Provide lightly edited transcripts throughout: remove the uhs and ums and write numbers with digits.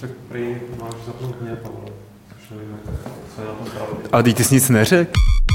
Tak prý máš zapnout mě, Pavel. Což nevím, co je na tom pravdě. Ale ty jsi nic neřekl.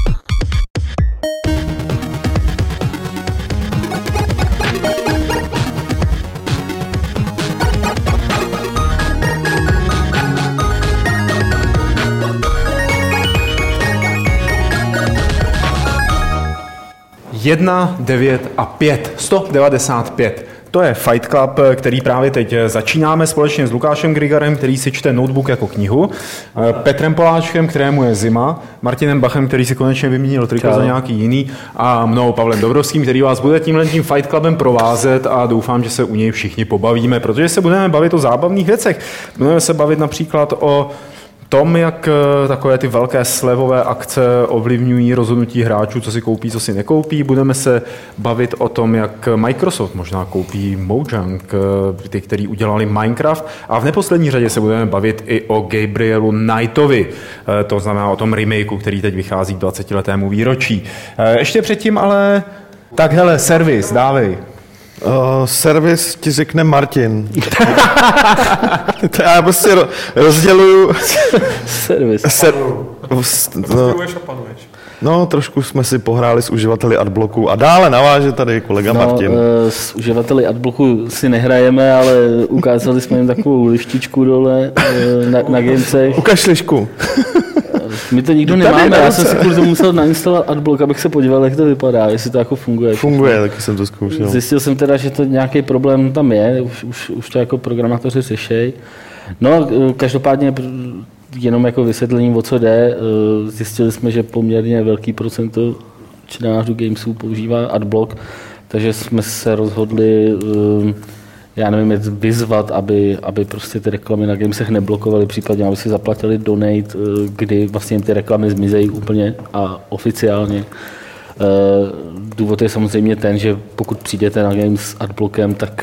Jedna, 9 a 5. 195. To je Fight Club, který právě teď začínáme společně s Lukášem Grigarem, který si čte notebook jako knihu, Petrem Poláčkem, kterému je zima, Martinem Bachem, který si konečně vyměnil triko za nějaký jiný, a mnou Pavlem Dobrovským, který vás bude tímhletím Fight Clubem provázet, a doufám, že se u něj všichni pobavíme, protože se budeme bavit o zábavných věcech. Budeme se bavit například o tom, jak takové ty velké slevové akce ovlivňují rozhodnutí hráčů, co si koupí, co si nekoupí. Budeme se bavit o tom, jak Microsoft možná koupí Mojang, ty, kteří udělali Minecraft. A v neposlední řadě se budeme bavit i o Gabrielu Knightovi, to znamená o tom remakeu, který teď vychází k 20letému výročí. Ještě předtím ale... Tak hele, servis, dávej. Servis ti řekne Martin. Já prostě rozděluju. Servis. Rozděluješ a panuješ. No, trošku jsme si pohráli s uživateli Adblocku a dále naváže tady kolega Martin. S uživateli Adblocku si nehrajeme, ale ukázali jsme jim takovou lištičku dole na Gamesech. Ukaž lišku. My to nikdo nemáme, já jsem si kvůli tomu musel nainstalovat Adblock, abych se podíval, jak to vypadá, jestli to jako funguje. Funguje, taky jsem to zkoušel. Zjistil jsem teda, že to nějaký problém tam je, už to jako programátoři řešejí. No, každopádně jenom jako vysvětlení, o co jde, zjistili jsme, že poměrně velký procento čtenářů Gamesů používá Adblock, takže jsme se rozhodli, já nevím, vyzvat, aby prostě ty reklamy na Gamesech neblokovaly, případně aby si zaplatili donate, kdy vlastně ty reklamy zmizejí úplně a oficiálně. Důvod je samozřejmě ten, že pokud přijdete na Games s Adblockem, tak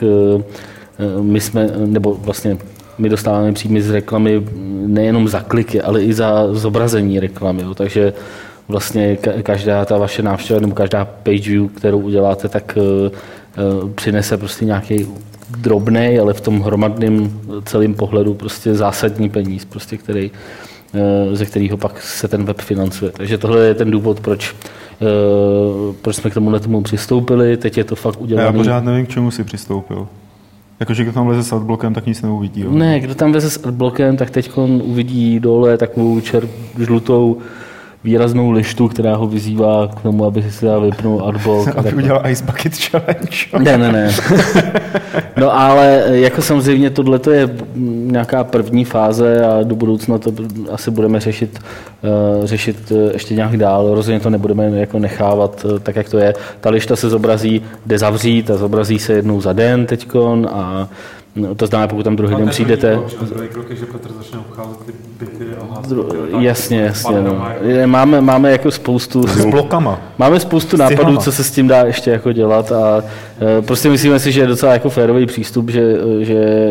my dostáváme příjmy z reklamy nejenom za kliky, ale i za zobrazení reklamy. Jo. Takže vlastně každá ta vaše návštěva nebo každá page view, kterou uděláte, tak přinese prostě nějaký drobnej, ale v tom hromadném celém pohledu prostě zásadní peníz, prostě ze kterého pak se ten web financuje. Takže tohle je ten důvod, proč jsme k tomu přistoupili. Teď je to fakt udělané. Já pořád nevím, k čemu jsi přistoupil. Jakože kdo tam leze s Adblockem, tak nic neuvidí. Jo? Ne, kdo tam leze s Adblockem, tak teď uvidí dole takovou žlutou výraznou lištu, která ho vyzývá k tomu, aby si vypnul Adblock. Aby udělal Ice Bucket Challenge. Ne. No ale jako samozřejmě tohle je nějaká první fáze a do budoucna to asi budeme řešit ještě nějak dál. Rozhodně to nebudeme jako nechávat tak, jak to je. Ta lišta se zobrazí, jde zavřít a zobrazí se jednou za den teďkon a to znamená, pokud tam druhý den přijdete. Druhý krok je, že Petr začne obcházet ty byty a Jasně. No. Máme jako spoustu... S blokama. Máme spoustu nápadů, co se s tím dá ještě jako dělat a prostě myslíme si, že je docela jako férový přístup, že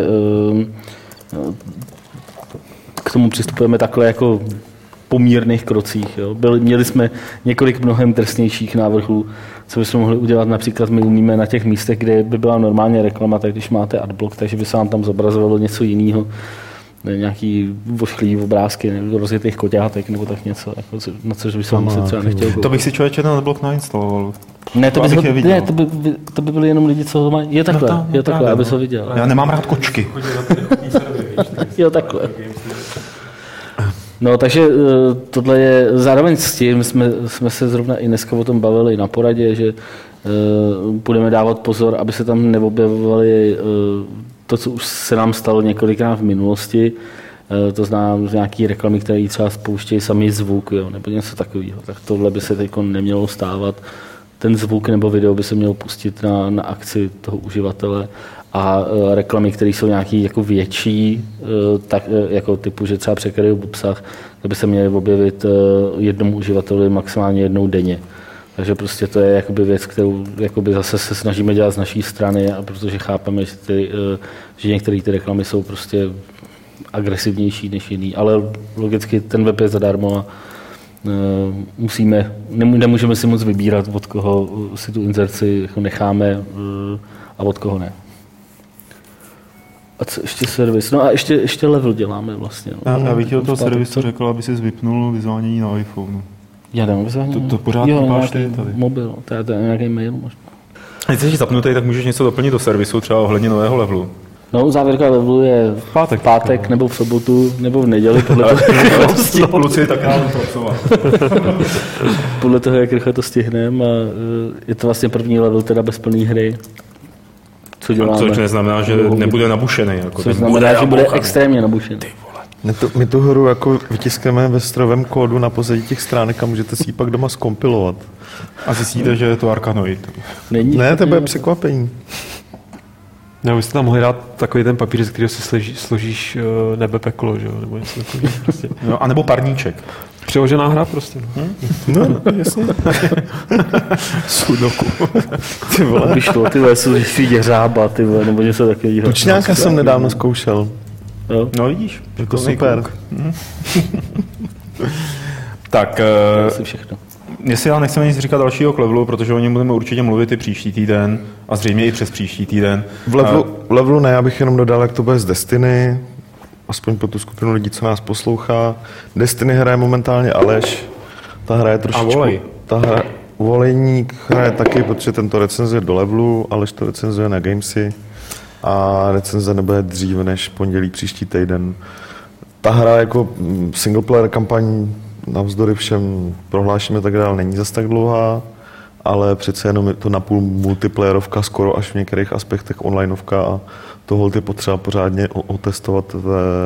k tomu přistupujeme takhle jako pomírných krocích. Jo. Měli jsme několik mnohem drsnějších návrhů, co bychom mohli udělat. Například my umíme na těch místech, kde by byla normálně reklama, tak když máte Adblock, takže by se vám tam zobrazovalo něco jiného, nějaký vošklivý obrázky, nebo rozjetých koťátek, nebo tak něco, jako, na což by se vám třeba nechtěl koupit. To bych si člověče na Adblock nainstaloval. Ne, to by byli jenom lidi, co ho mají. Je takhle, aby ho viděl. Já nemám rád kočky. Jo, takhle. No, takže tohle je, zároveň s tím jsme se zrovna i dneska o tom bavili na poradě, že budeme dávat pozor, aby se tam neobjevovaly to, co už se nám stalo několikrát v minulosti, to znamená nějaké reklamy, které třeba spouštějí samý zvuk, jo, nebo něco takového. Tak tohle by se teď nemělo stávat. Ten zvuk nebo video by se mělo pustit na akci toho uživatele a reklamy, které jsou nějaký jako větší, tak jako typu, že třeba překryjí obsah, tak by se měly objevit jednomu uživateli maximálně jednou denně. Takže prostě to je jakoby věc, kterou jakoby zase se snažíme dělat z naší strany, a protože chápeme, že některé ty reklamy jsou prostě agresivnější než jiný, ale logicky ten web je zadarmo a nemůžeme si moc vybírat, od koho si tu inzerci jako necháme a od koho ne. A co ještě servis? No a ještě level děláme vlastně. No. Já bych ti do toho V pátek, servisu co? řekl, aby si vypnul vyzvánění na iPhone. Já dám vyzvání. To pořád máš ty tady. Mobil, to je nějaký mail možná. A když jsi zapnutý, tak můžeš něco doplnit do servisu, třeba ohledně nového levelu. No, závěrka levelu je v pátek nebo v sobotu, nebo v neděli, podle toho, Kluci tak já pracovat. podle toho, jak rychle to stihneme. A je to vlastně první level teda bez plné hry. Co děláme? Což neznamená, že nebude nabušený. Jako Což znamená, že bude extrémně nabušený. My tu hru jako vytiskneme ve strojovém kódu na pozadí těch stránek a můžete si ji pak doma zkompilovat. A zjistíte, že je to Arkanoid. Není Ne, to bude překvapení. No, byste tam mohli dát takový ten papír, z kterého si složíš nebe peklo, že jo, nebo něco takového prostě. No, a nebo parníček. Přeložená hra prostě. No, jasně. Sudoku. Ty vole. Když to, ty vole, jsou hřába, ty vole, nebo něco takového. Tučňáka jsem nedávno zkoušel. Jo? No vidíš. Jako super. Tak, Asi všechno. jestli já nechceme nic říkat dalšího k levelu, protože o něm budeme určitě mluvit i příští týden a zřejmě i přes příští týden. V levelu ne, já bych jenom dodal, jak to bude z Destiny, aspoň pro tu skupinu lidí, co nás poslouchá. Destiny hraje momentálně Aleš, ta hra je trošičku... A Volej. Ta hra, Volejník hraje taky, protože tento recenzuje do levelu, Aleš to recenzuje na Gamesy a recenze nebude dříve než pondělí příští týden. Ta hra jako single player kampaň navzdory všem prohlášíme tak dále není zas tak dlouhá, ale přece jenom je to napůl multiplayerovka, skoro až v některých aspektech onlineovka a tohle je potřeba pořádně otestovat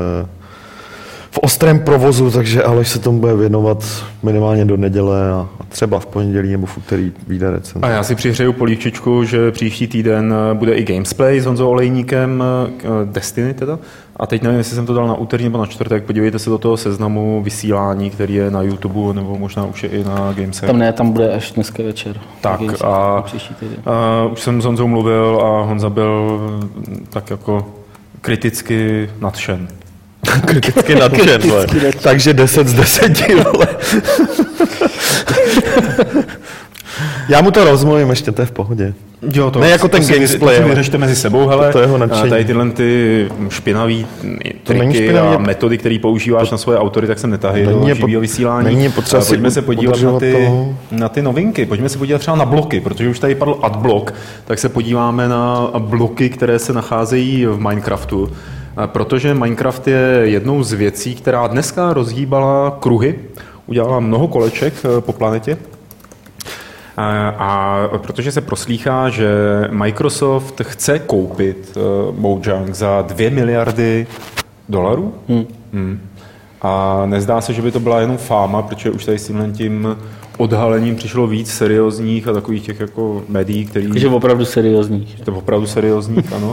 v ostrém provozu, takže Aleš se tomu bude věnovat minimálně do neděle a třeba v pondělí nebo v úterý vyjde recenze. A já si přihřeju polívčičku, že příští týden bude i Gamesplay s Honzou Olejníkem, Destiny teda. A teď nevím, jestli jsem to dal na úterý nebo na čtvrtek, podívejte se do toho seznamu vysílání, který je na YouTube nebo možná už je i na Gamesech. Tam ne, tam bude až dneska večer. Tak Gamesy, a příští týden. už jsem s Honzou mluvil a Honza byl tak jako kriticky nadšen. Kriticky nadšen, vole. Takže 10 z 10, vole. Já mu to rozmluvím ještě, to je v pohodě. Jo, to, ne jako ten gamesplay, to si vyřešte mezi sebou, hele. To je jeho nadšení. Tady tyhle ty špinavý triky špinavý, a metody, které používáš na svoje autory, tak jsem netahej do živého vysílání. Není potřeba si pojďme se podívat na ty novinky, pojďme se podívat třeba na bloky, protože už tady padl adblock, tak se podíváme na bloky, které se nacházejí v Minecraftu. Protože Minecraft je jednou z věcí, která dneska rozhýbala kruhy, udělala mnoho koleček po planetě. A protože se proslýchá, že Microsoft chce koupit Mojang za $2 miliardy. A nezdá se, že by to byla jenom fáma, protože už tady s tím odhalením přišlo víc seriózních a takových těch jako médií, který... Takže opravdu seriózních. To opravdu seriózních, ano.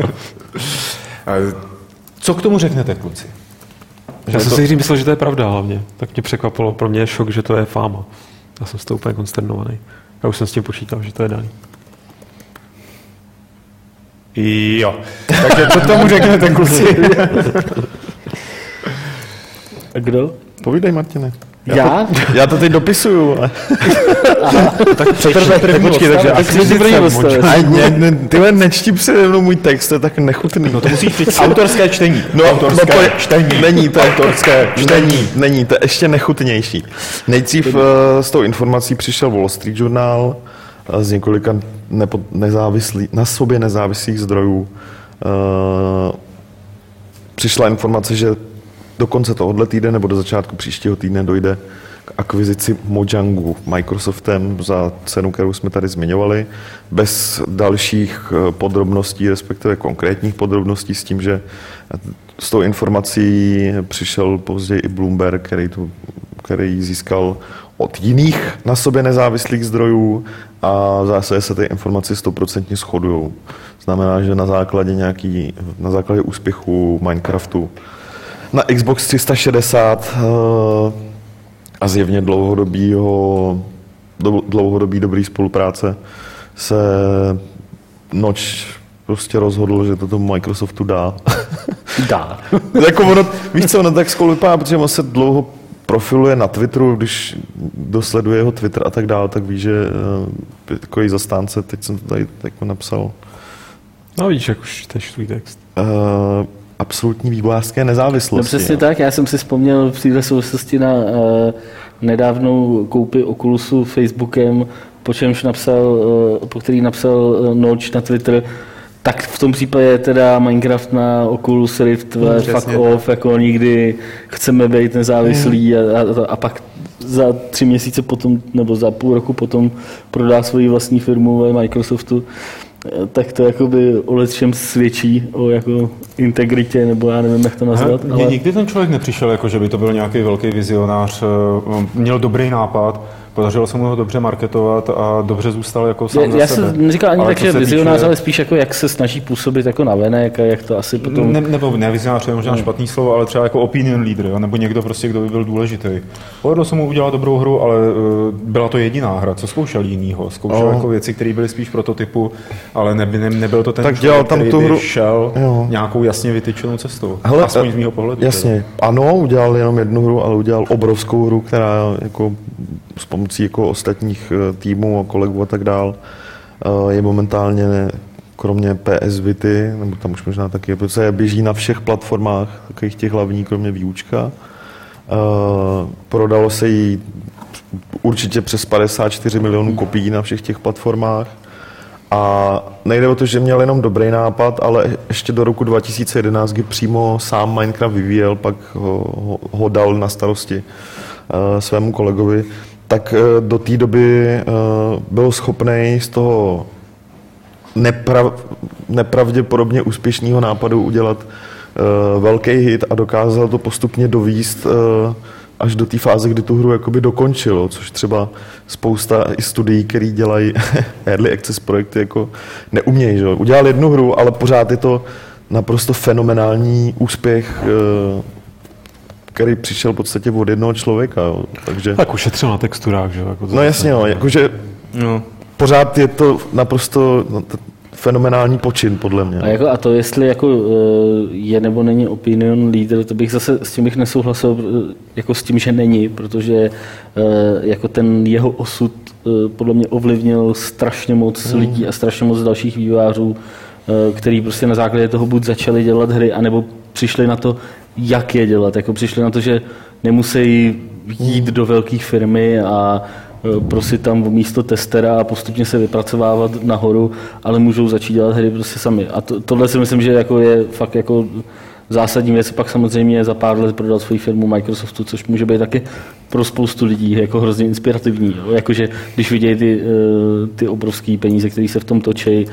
Co k tomu řeknete, kluci? Já jsem si myslel, že to je pravda hlavně. Tak mě překvapilo, pro mě je šok, že to je fáma. Já jsem z toho úplně konsternovaný. Já už jsem s tím počítal, že to je daný. Jo. Takže co tomu řeknete, kluci? A kdo? Povídej, Martine. Já? To teď dopisuju, ale... Tak přečtěte první počkej, takže první tyhle nečti přede mnou můj text, to je tak nechutný. No to musíš přečíst autorské čtení. Čtení. Není to autorské čtení. Není, to je ještě nechutnější. Nejdřív s tou informací přišel Wall Street Journal z několika na sobě nezávislých zdrojů. Přišla informace, že do konce tohoto týdne nebo do začátku příštího týdne dojde k akvizici Mojangu Microsoftem za cenu, kterou jsme tady zmiňovali, bez dalších podrobností, respektive konkrétních podrobností, s tím, že s tou informací přišel později i Bloomberg, který získal od jiných na sobě nezávislých zdrojů a v zásadě se ty informace 100% shodují. Znamená, že na základě úspěchu Minecraftu na Xbox 360 a zjevně dlouhodobý dobrý spolupráce se Noč prostě rozhodl, že to tomu Microsoftu dá. Dá. Jako ono, víš co, ono tak skoro vypadá, protože on se dlouho profiluje na Twitteru, když dosleduje jeho Twitter a tak dále, tak ví, že takový zastánce, teď jsem to tady napsal. No vidíš, jak už čteš tvůj text. absolutní vývojářské nezávislosti. No přesně tak, já jsem si vzpomněl v této souvislosti na nedávnou koupi Oculusu Facebookem, po který napsal Notch na Twitter, tak v tom případě teda Minecraft na Oculus Rift fuck off, jako nikdy chceme být nezávislí a pak za 3 měsíce potom, nebo za půl roku potom prodá svoji vlastní firmu ve Microsoftu, tak to jakoby o lecčem svědčí o jako integritě, nebo já nevím, jak to nazvat. Ale nikdy ten člověk nepřišel, jako že by to byl nějaký velký vizionář, měl dobrý nápad, podařilo se mu ho dobře marketovat a dobře zůstal jako sám za já sebe. Já jsem neříkal ani tak, že vizionář, ale spíš jako jak se snaží působit jako navenek a jak to asi potom... Ne vizionář, je možná špatný slovo, ale třeba jako opinion leader, nebo někdo prostě, kdo by byl důležitý. Povedlo se mu udělat dobrou hru, ale byla to jediná hra, co zkoušel jinýho. Zkoušel jako věci, které byly spíš prototypu, ale nebyl to ten tak člověk, tam který by šel nějakou jasně vytyčenou cestou. Hele, aspoň z mýho pohledu. Jasně. Teda. Ano, udělal jenom jednu hru, ale udělal obrovskou hru, která jako s pomocí jako ostatních týmů a kolegů a tak dál je momentálně kromě PS Vity, nebo tam už možná taky, protože běží na všech platformách, takových těch hlavních, kromě výučka. Prodalo se jí určitě přes 54 milionů kopií na všech těch platformách. A nejde o to, že měl jenom dobrý nápad, ale ještě do roku 2011, kdy přímo sám Minecraft vyvíjel, pak ho dal na starosti svému kolegovi, tak do té doby byl schopný z toho nepravděpodobně úspěšného nápadu udělat velký hit a dokázal to postupně dovíst až do té fáze, kdy tu hru jakoby dokončilo, což třeba spousta i studií, který dělají early access projekty, jako neumějí. Že? Udělal jednu hru, ale pořád je to naprosto fenomenální úspěch, který přišel v podstatě od jednoho člověka. Jo. Takže... Tak ušetřil na texturách, že? Jako no jasně, no, jakože pořád je to naprosto fenomenální počin, podle mě. A to, jestli jako je nebo není opinion leader, to bych zase s tím bych nesouhlasil jako s tím, že není, protože jako ten jeho osud podle mě ovlivnil strašně moc lidí a strašně moc dalších vývojářů, který prostě na základě toho buď začali dělat hry, anebo přišli na to, jak je dělat. Jako přišli na to, že nemusí jít do velké firmy a prosit tam místo testera a postupně se vypracovávat nahoru, ale můžou začít dělat hry prostě sami. A tohle si myslím, že jako je fakt jako zásadní věc. Pak samozřejmě za pár let prodat svoji firmu Microsoftu, což může být taky pro spoustu lidí jako hrozně inspirativní. Jo? Jakože když vidějí ty obrovské peníze, které se v tom točí.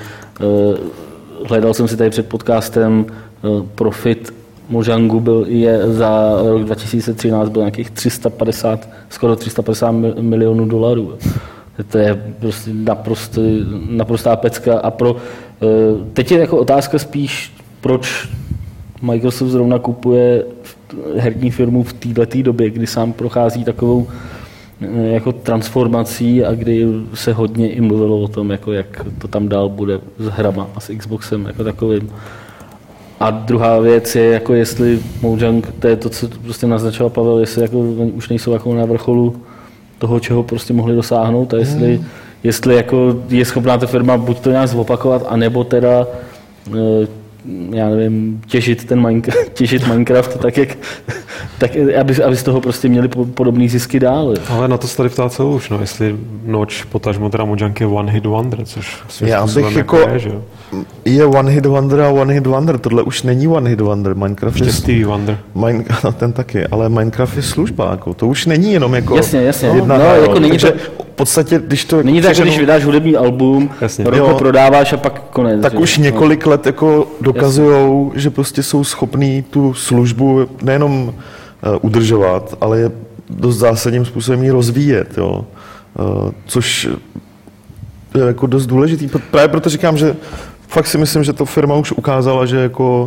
Hledal jsem si tady před podcastem profit Mojangu je za rok 2013 byl nějakých skoro 350 milionů dolarů. To je prostě naprostá pecka a teď je jako otázka spíš, proč Microsoft zrovna kupuje herní firmu v této době, kdy sám prochází takovou jako transformací a kdy se hodně i mluvilo o tom, jako jak to tam dál bude s hrama a s Xboxem jako takovým. A druhá věc je, jako jestli Mojang, to je to, co prostě naznačoval Pavel, jestli jako už nejsou jako na vrcholu toho, čeho prostě mohli dosáhnout a jestli jako je schopná ta firma buď to nějak zopakovat, anebo teda já nevím, těžit Minecraft tak aby z toho prostě měli podobný zisky dál. Ale na to se tady ptá celou už, no, jestli Notch, potažmo teda Mojang je one hit wonder, což já bych jako je one hit wonder a one hit wonder, tohle už není one hit wonder, Minecraft je Stevie Wonder. Ten taky, ale Minecraft je služba, jako, to už není jenom jako jasně. jedna no, jako není to, v podstatě, když to není tak, když vydáš hudební album, rok ho prodáváš a pak konec. Tak už několik let jako dokazujou, že prostě jsou schopní tu službu nejenom udržovat, ale je dost zásadním způsobem ji rozvíjet, jo. Což je jako dost důležitý. Právě proto říkám, že fakt si myslím, že ta firma už ukázala, že jako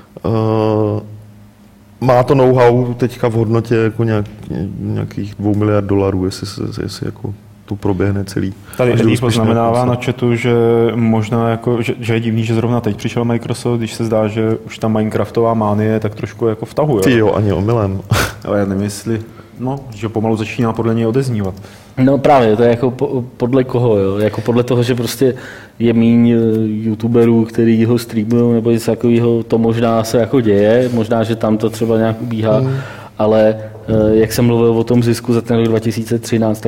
má to know-how teďka v hodnotě jako nějakých 2 miliard dolarů, jestli jako to proběhne celý. Tady Eddie poznamenává na chatu, že možná jako, že je divný, že zrovna teď přišel Microsoft, když se zdá, že už ta Minecraftová mánie tak trošku jako vtahuje. Ty jo, ani omylem. Ale já nevím, jestli no, že pomalu začíná podle něj odeznívat. No právě, to je jako podle koho, jo? Jako podle toho, že prostě je míň youtuberů, který ho streamují nebo něco takového, to možná se jako děje, možná, že tam to třeba nějak ubíhá, ale jak jsem mluvil o tom zisku za ten rok 2013,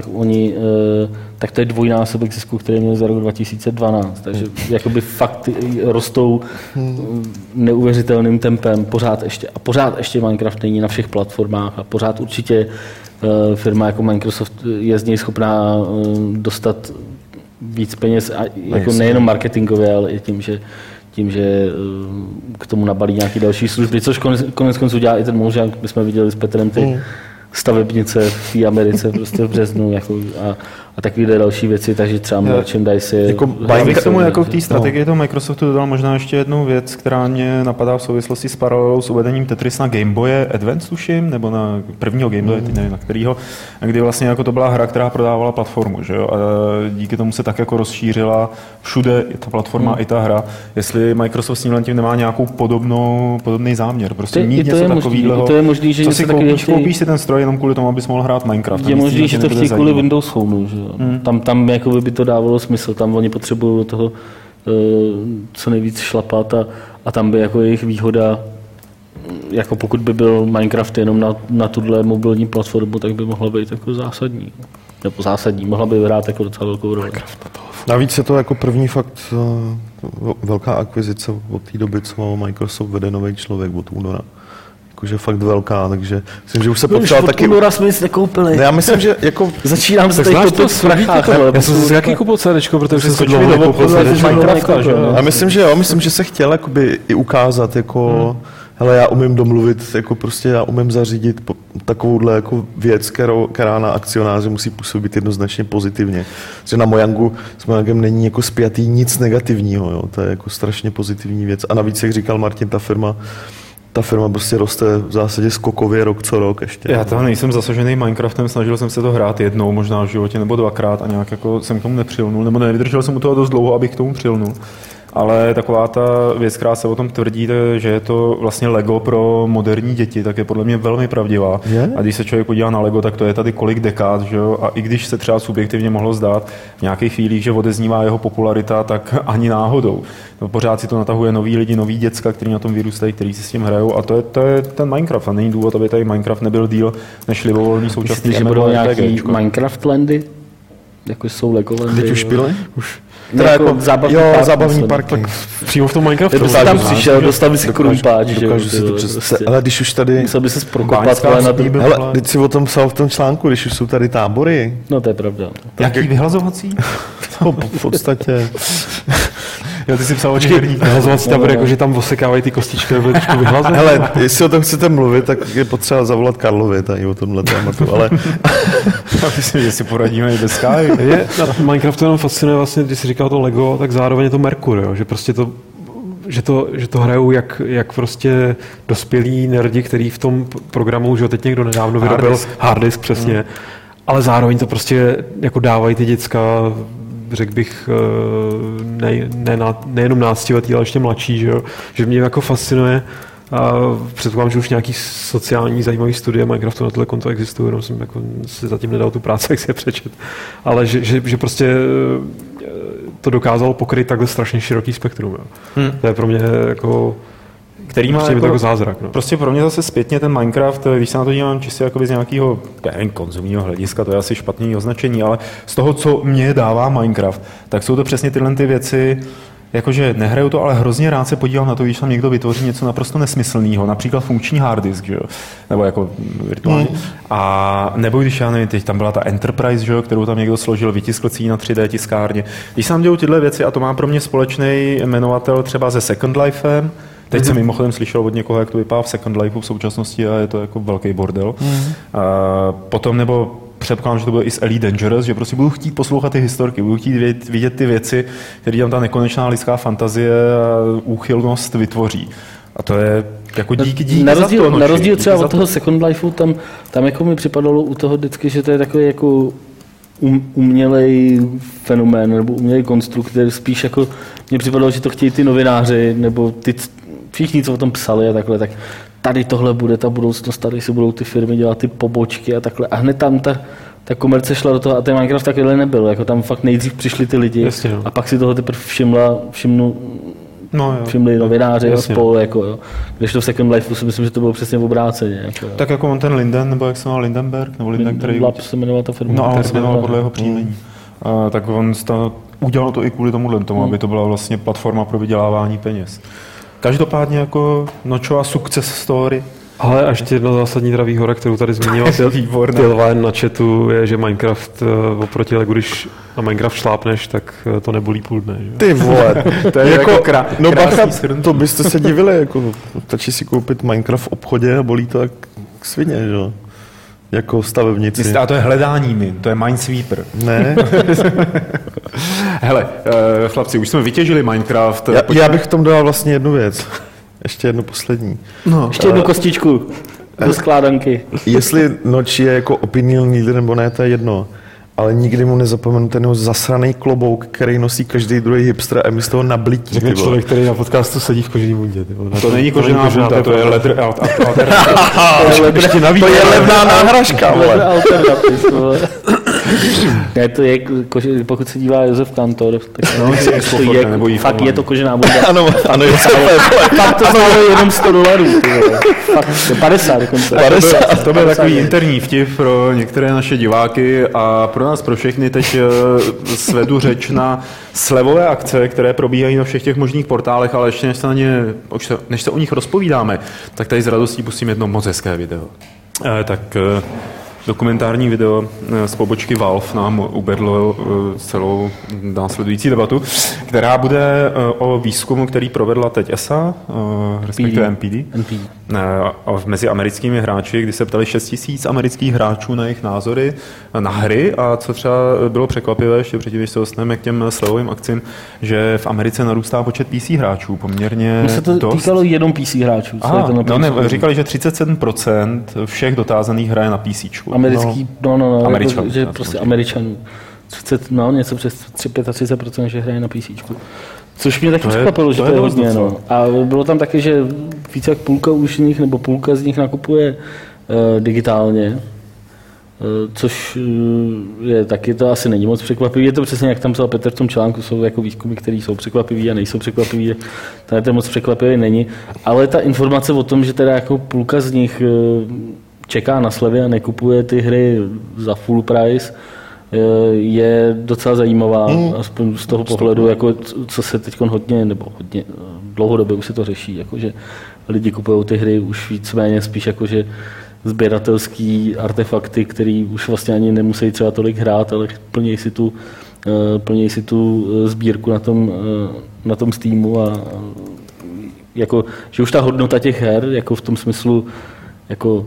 tak to je dvojnásobek zisku, který měl za rok 2012, takže jakoby fakt rostou neuvěřitelným tempem pořád ještě Minecraft není na všech platformách a pořád určitě firma jako Microsoft je z něj schopná dostat víc peněz, a jako nejenom marketingově, ale i tím, že k tomu nabalí nějaké další služby, což konec konců dělá i ten Mojang. My jsme viděli s Petrem ty stavebnice v té Americe prostě v březnu jako a takové další věci, takže třeba merchandise je... Já bych k tomu jako v té strategii toho Microsoftu dodal možná ještě jednu věc, která mě napadá v souvislosti s paralelou s uvedením Tetris na Game Boye Advance, tuším, nebo na prvního Game Boye, teď nevím na kterýho, kdy vlastně jako to byla hra, která prodávala platformu, že jo? A díky tomu se tak jako rozšířila všude ta platforma i ta hra. Jestli Microsoft s tím nemá nějakou podobný záměr, prostě mít něco takového. To je možný, že co si koupíš si ten stroj jenom kvůli tomu, abys mohl hrát Minecraft. Je možný, že to chtějí kvůli Windows Phoneu, že jo. Tam jako by to dávalo smysl, tam oni potřebují do toho co nejvíc šlapat a tam by jako jejich výhoda, jako pokud by byl Minecraft jenom na tuhle mobilní platformu, tak by mohla být jako zásadní. Nebo zásadní, mohla by hrát jako docela velkou roli. Navíc je to jako první fakt velká akvizice od té doby, co Microsoft vede nový člověk od února. Jakože fakt velká, takže myslím, že už se potřeba taky... Už od února jsme nic nekoupili. Ne, já myslím, že jako... Začínám se tady topit v prachách. Já jsem z jaký koupil CDčko, protože jsem se dlouho nekoupil CDčko. Já myslím, že se chtěl jakoby i ukázat, jako... Hele, já umím domluvit, jako prostě já umím zařídit takovouhle jako věc, která na akcionáře musí působit jednoznačně pozitivně. Že na Mojangu s Mojangem není jako spjatý nic negativního, jo? To je jako strašně pozitivní věc. A navíc, jak říkal Martin, ta firma prostě roste v zásadě skokově rok co rok ještě. Já tam nejsem zasažený Minecraftem, snažil jsem se to hrát jednou, možná v životě, nebo dvakrát a nějak jako jsem k tomu nepřilnul, nebo nevydržel jsem u toho dost dlouho, abych k tomu přilnul. Ale taková ta věc, která se o tom tvrdí, že je to vlastně Lego pro moderní děti, tak je podle mě velmi pravdivá. A když se člověk podívá na Lego, tak to je tady kolik dekád, že jo? A i když se třeba subjektivně mohlo zdát v nějakých chvílích, že odeznívá jeho popularita, tak ani náhodou. Pořád si to natahuje noví lidi, noví děcka, kteří na tom vyrůstají, kteří si s tím hrajou, a to je ten Minecraft. A není důvod, aby tady Minecraft nebyl díl než libovolný současný. Myslíš, že budou nějaký Minecraft landy? Jako jsou Lego landy? Teď už byly? Už. Teda jako zábavní park. Přímo v tom Minecraftu. Kdyby jsi tam přišel, dostal by si krumpáč. Ale když už tady... Musel by se prokopat, ale na to... Hele, teď si o tom psal v tom článku, když už jsou tady tábory. No to je pravda. Jaký vyhlazovací? No, v podstatě... Jo, ty jsi psal o černí. Vyhlazovací tábory, jakože tam osekávají ty kostičky, nebo trošku vyhlazovat. Hele, jestli o tom chcete mluvit, tak je potřeba zavolat Karlovi tady o tomhle tématu, ale... Já myslím, že si poradíme i bez Sky. Na Minecraftu jenom fascinuje vlastně, když jsi říkal to Lego, tak zároveň je to Merkur, jo? Že prostě že to hrajou jak prostě dospělí nerdi, který v tom programu, že teď někdo nedávno vyrobil hard disk přesně, ale zároveň to prostě jako dávají ty děcka, řekl bych, nejenom náctiletý, ale ještě mladší, že mě jako fascinuje. A předpokládám, že už nějaký sociální zajímavý studie Minecraftu na tohle konto existují, jenom jsem jako si zatím nedal tu práci, jak si je přečet. Ale že prostě to dokázalo pokryt takhle strašně široký spektrum. To je pro mě jako... Který má jako zázrak. No. Prostě pro mě zase zpětně ten Minecraft, když se na to dívám čistě jakoby z nějakého konzumního hlediska, to je asi špatný označení, ale z toho, co mě dává Minecraft, tak jsou to přesně tyhle ty věci, jakože nehraju to, ale hrozně rád se podívám na to, když tam někdo vytvoří něco naprosto nesmyslného, například funkční hard disk, že jo? Nebo jako virtuálně. A nebo když já nevím, teď tam byla ta Enterprise, že jo, kterou tam někdo složil, vytiskl si ji na 3D tiskárně. Když se tam dějou tyhle věci, a to má pro mě společný jmenovatel třeba se Second Lifem. Teď jsem mimochodem slyšel od někoho, jak to vypadá v Second Lifeu v současnosti, a je to jako velký bordel. Potom nebo předpokládám, že to bylo i s Elite Dangerous, že prostě budu chtít poslouchat ty historky, budu chtít vidět ty věci, které tam ta nekonečná lidská fantazie a úchylnost vytvoří. A to je jako díky na rozdíl třeba od toho Second Lifeu, tam jako mi připadalo u toho vždycky, že to je takový jako umělej fenomén nebo umělej konstrukt, který spíš jako mně připadalo, že to chtějí ty novináři nebo ty všichni, co o tom psali a takhle, tak tady tohle bude ta budoucnost, tady si budou ty firmy dělat ty pobočky a takhle. A hned tam ta komerce šla do toho a ten Minecraft takovýhle nebyl. Jako tam fakt nejdřív přišli ty lidi. Jasně, no. A pak si toho teprve všimli novináři a spolu. Jako, jo. Když to v Second Life si myslím, že to bylo přesně v obráceně. Jako, tak jako on ten Linden, nebo jak se jmenoval Lindenberg, nebo Linden, který... Lab se jmenoval ta firma. No a on se jmenoval podle jeho příjmení. Tak on udělal to i kvůli tomu, aby to byla vlastně platforma pro vydělávání peněz. Každopádně jako Nočova success story. Ale a ještě jedna zásadní teda výhoda, kterou tady zmínila Tilván na chatu, je, že Minecraft oproti Legu, když na Minecraft šlápneš, tak to nebolí půl dne. Že? Ty vole, to je jako no bacha, to byste se divili, jako stačí si koupit Minecraft v obchodě a bolí to jak svině, že? Jako stavebnici. A to je hledání min, to je Minesweeper. Ne. Hele, chlapci, už jsme vytěžili Minecraft. Já bych v tom dal vlastně jednu věc. Ještě jednu poslední. No. Ještě jednu kostičku do skládanky. Jestli Noč je jako opinion leader nebo ne, to je jedno. Ale nikdy mu nezapomenu ten jeho zasraný klobouk, který nosí každý druhý hipster a mi z toho nablití. Řekne člověk, který na podcastu sedí v kožený bundě. To není kožená bunda, to je leather alternative. To je levná náhražka. Leather alternative. Ne, to je, pokud se dívá Josef Kantor, tak no, fakt je to kožená bunda. Ano, je Fakt to znamená jenom $100. Fakt, 50 dokonce. 50. To byl takový interní vtip pro některé naše diváky a pro nás, pro všechny teď svedu řeč na slevové akce, které probíhají na všech těch možných portálech, ale ještě než se o nich rozpovídáme, tak tady s radostí pustím jedno moc hezké video. Dokumentární video z pobočky Valve nám uvedlo celou následující debatu, která bude o výzkumu, který provedla teď ESA, respektive NPD. Mezi americkými hráči, kdy se ptali 6 000 amerických hráčů na jejich názory na hry a co třeba bylo překvapivé, ještě předtím, když se dostaneme k těm slevovým akcím, že v Americe narůstá počet PC hráčů poměrně dost. Se to týkalo jenom PC hráčů. Říkali, že 37% všech dotázaných hraje na PC. Americký, Američanů. Jako, že prostě Američanů. Něco přes 35%, že hraje na PC. Což mě taky překvapilo, že to je hodně. No. A bylo tam taky, že více jak půlka už nich, nebo půlka z nich nakupuje digitálně, což je taky, to asi není moc překvapivý. Je to přesně, jak tam psal Petr v tom článku, jsou jako výzkumy, které jsou překvapivý a nejsou překvapivý. Tady to moc překvapivý není. Ale ta informace o tom, že teda jako půlka z nich čeká na slevy a nekupuje ty hry za full price, je docela zajímavá, aspoň z toho pohledu, jako, co se teď hodně dlouhodobě už se to řeší, jako, že lidi kupují ty hry už víceméně spíš jakože sběratelský artefakty, který už vlastně ani nemusí třeba tolik hrát, ale plnějí si tu sbírku na tom Steamu a jako, že už ta hodnota těch her, jako v tom smyslu, jako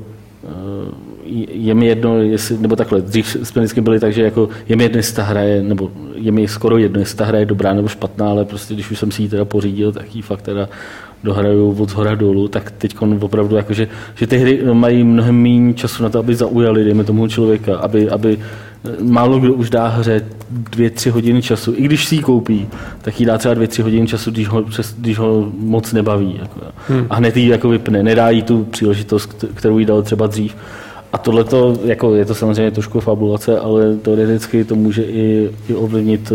je mi jedno, nebo takhle, dřív jsme vždycky byli tak, že jako je mi jedno, jestli ta hra je, nebo je mi skoro jedno, jestli ta hra je dobrá nebo špatná, ale prostě když už jsem si ji teda pořídil, tak ji fakt teda dohraju od zhora dolů, tak teď opravdu jako, že ty hry mají mnohem méně času na to, aby zaujaly, dejme tomu člověka, aby málo kdo už dá hře 2-3 hodiny času, i když si ji koupí, tak jí dá třeba 2-3 hodiny času, když ho moc nebaví. Jako, a hned ji jako vypne, nedá jí tu příležitost, kterou jí dal třeba dřív. A tohleto, jako je to samozřejmě trošku fabulace, ale teoreticky to může i ovlivnit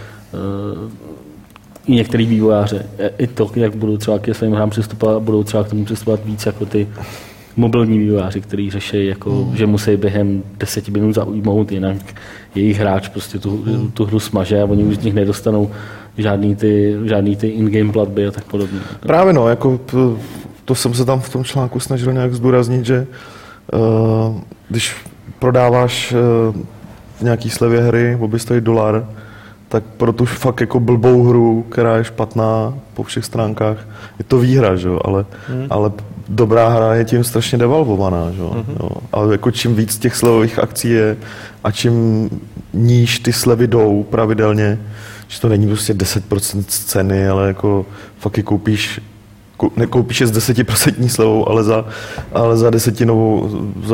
i některý vývojáře. I to, jak budou třeba ke svým hrám přistupovat, budou třeba k tomu přistupovat víc jako ty mobilní vývojáři, kteří řeší, jako, že musí během 10 minut zaujmout, jinak jejich hráč prostě tu hru smaže a oni už z nich nedostanou žádný ty in-game platby a tak podobně. Právě no, jako to jsem se tam v tom článku snažil nějak zdůraznit, že když prodáváš v nějaký slevě hry, obě stojí $1, tak pro tu fakt jako blbou hru, která je špatná po všech stránkách, je to výhra, že? Ale dobrá hra je tím strašně devalvovaná. Že? Jo. Ale jako čím víc těch slevových akcí je a čím níž ty slevy jdou pravidelně, že to není prostě 10% z ceny, ale jako fakt je nekoupíš je s 10% slevou, ale za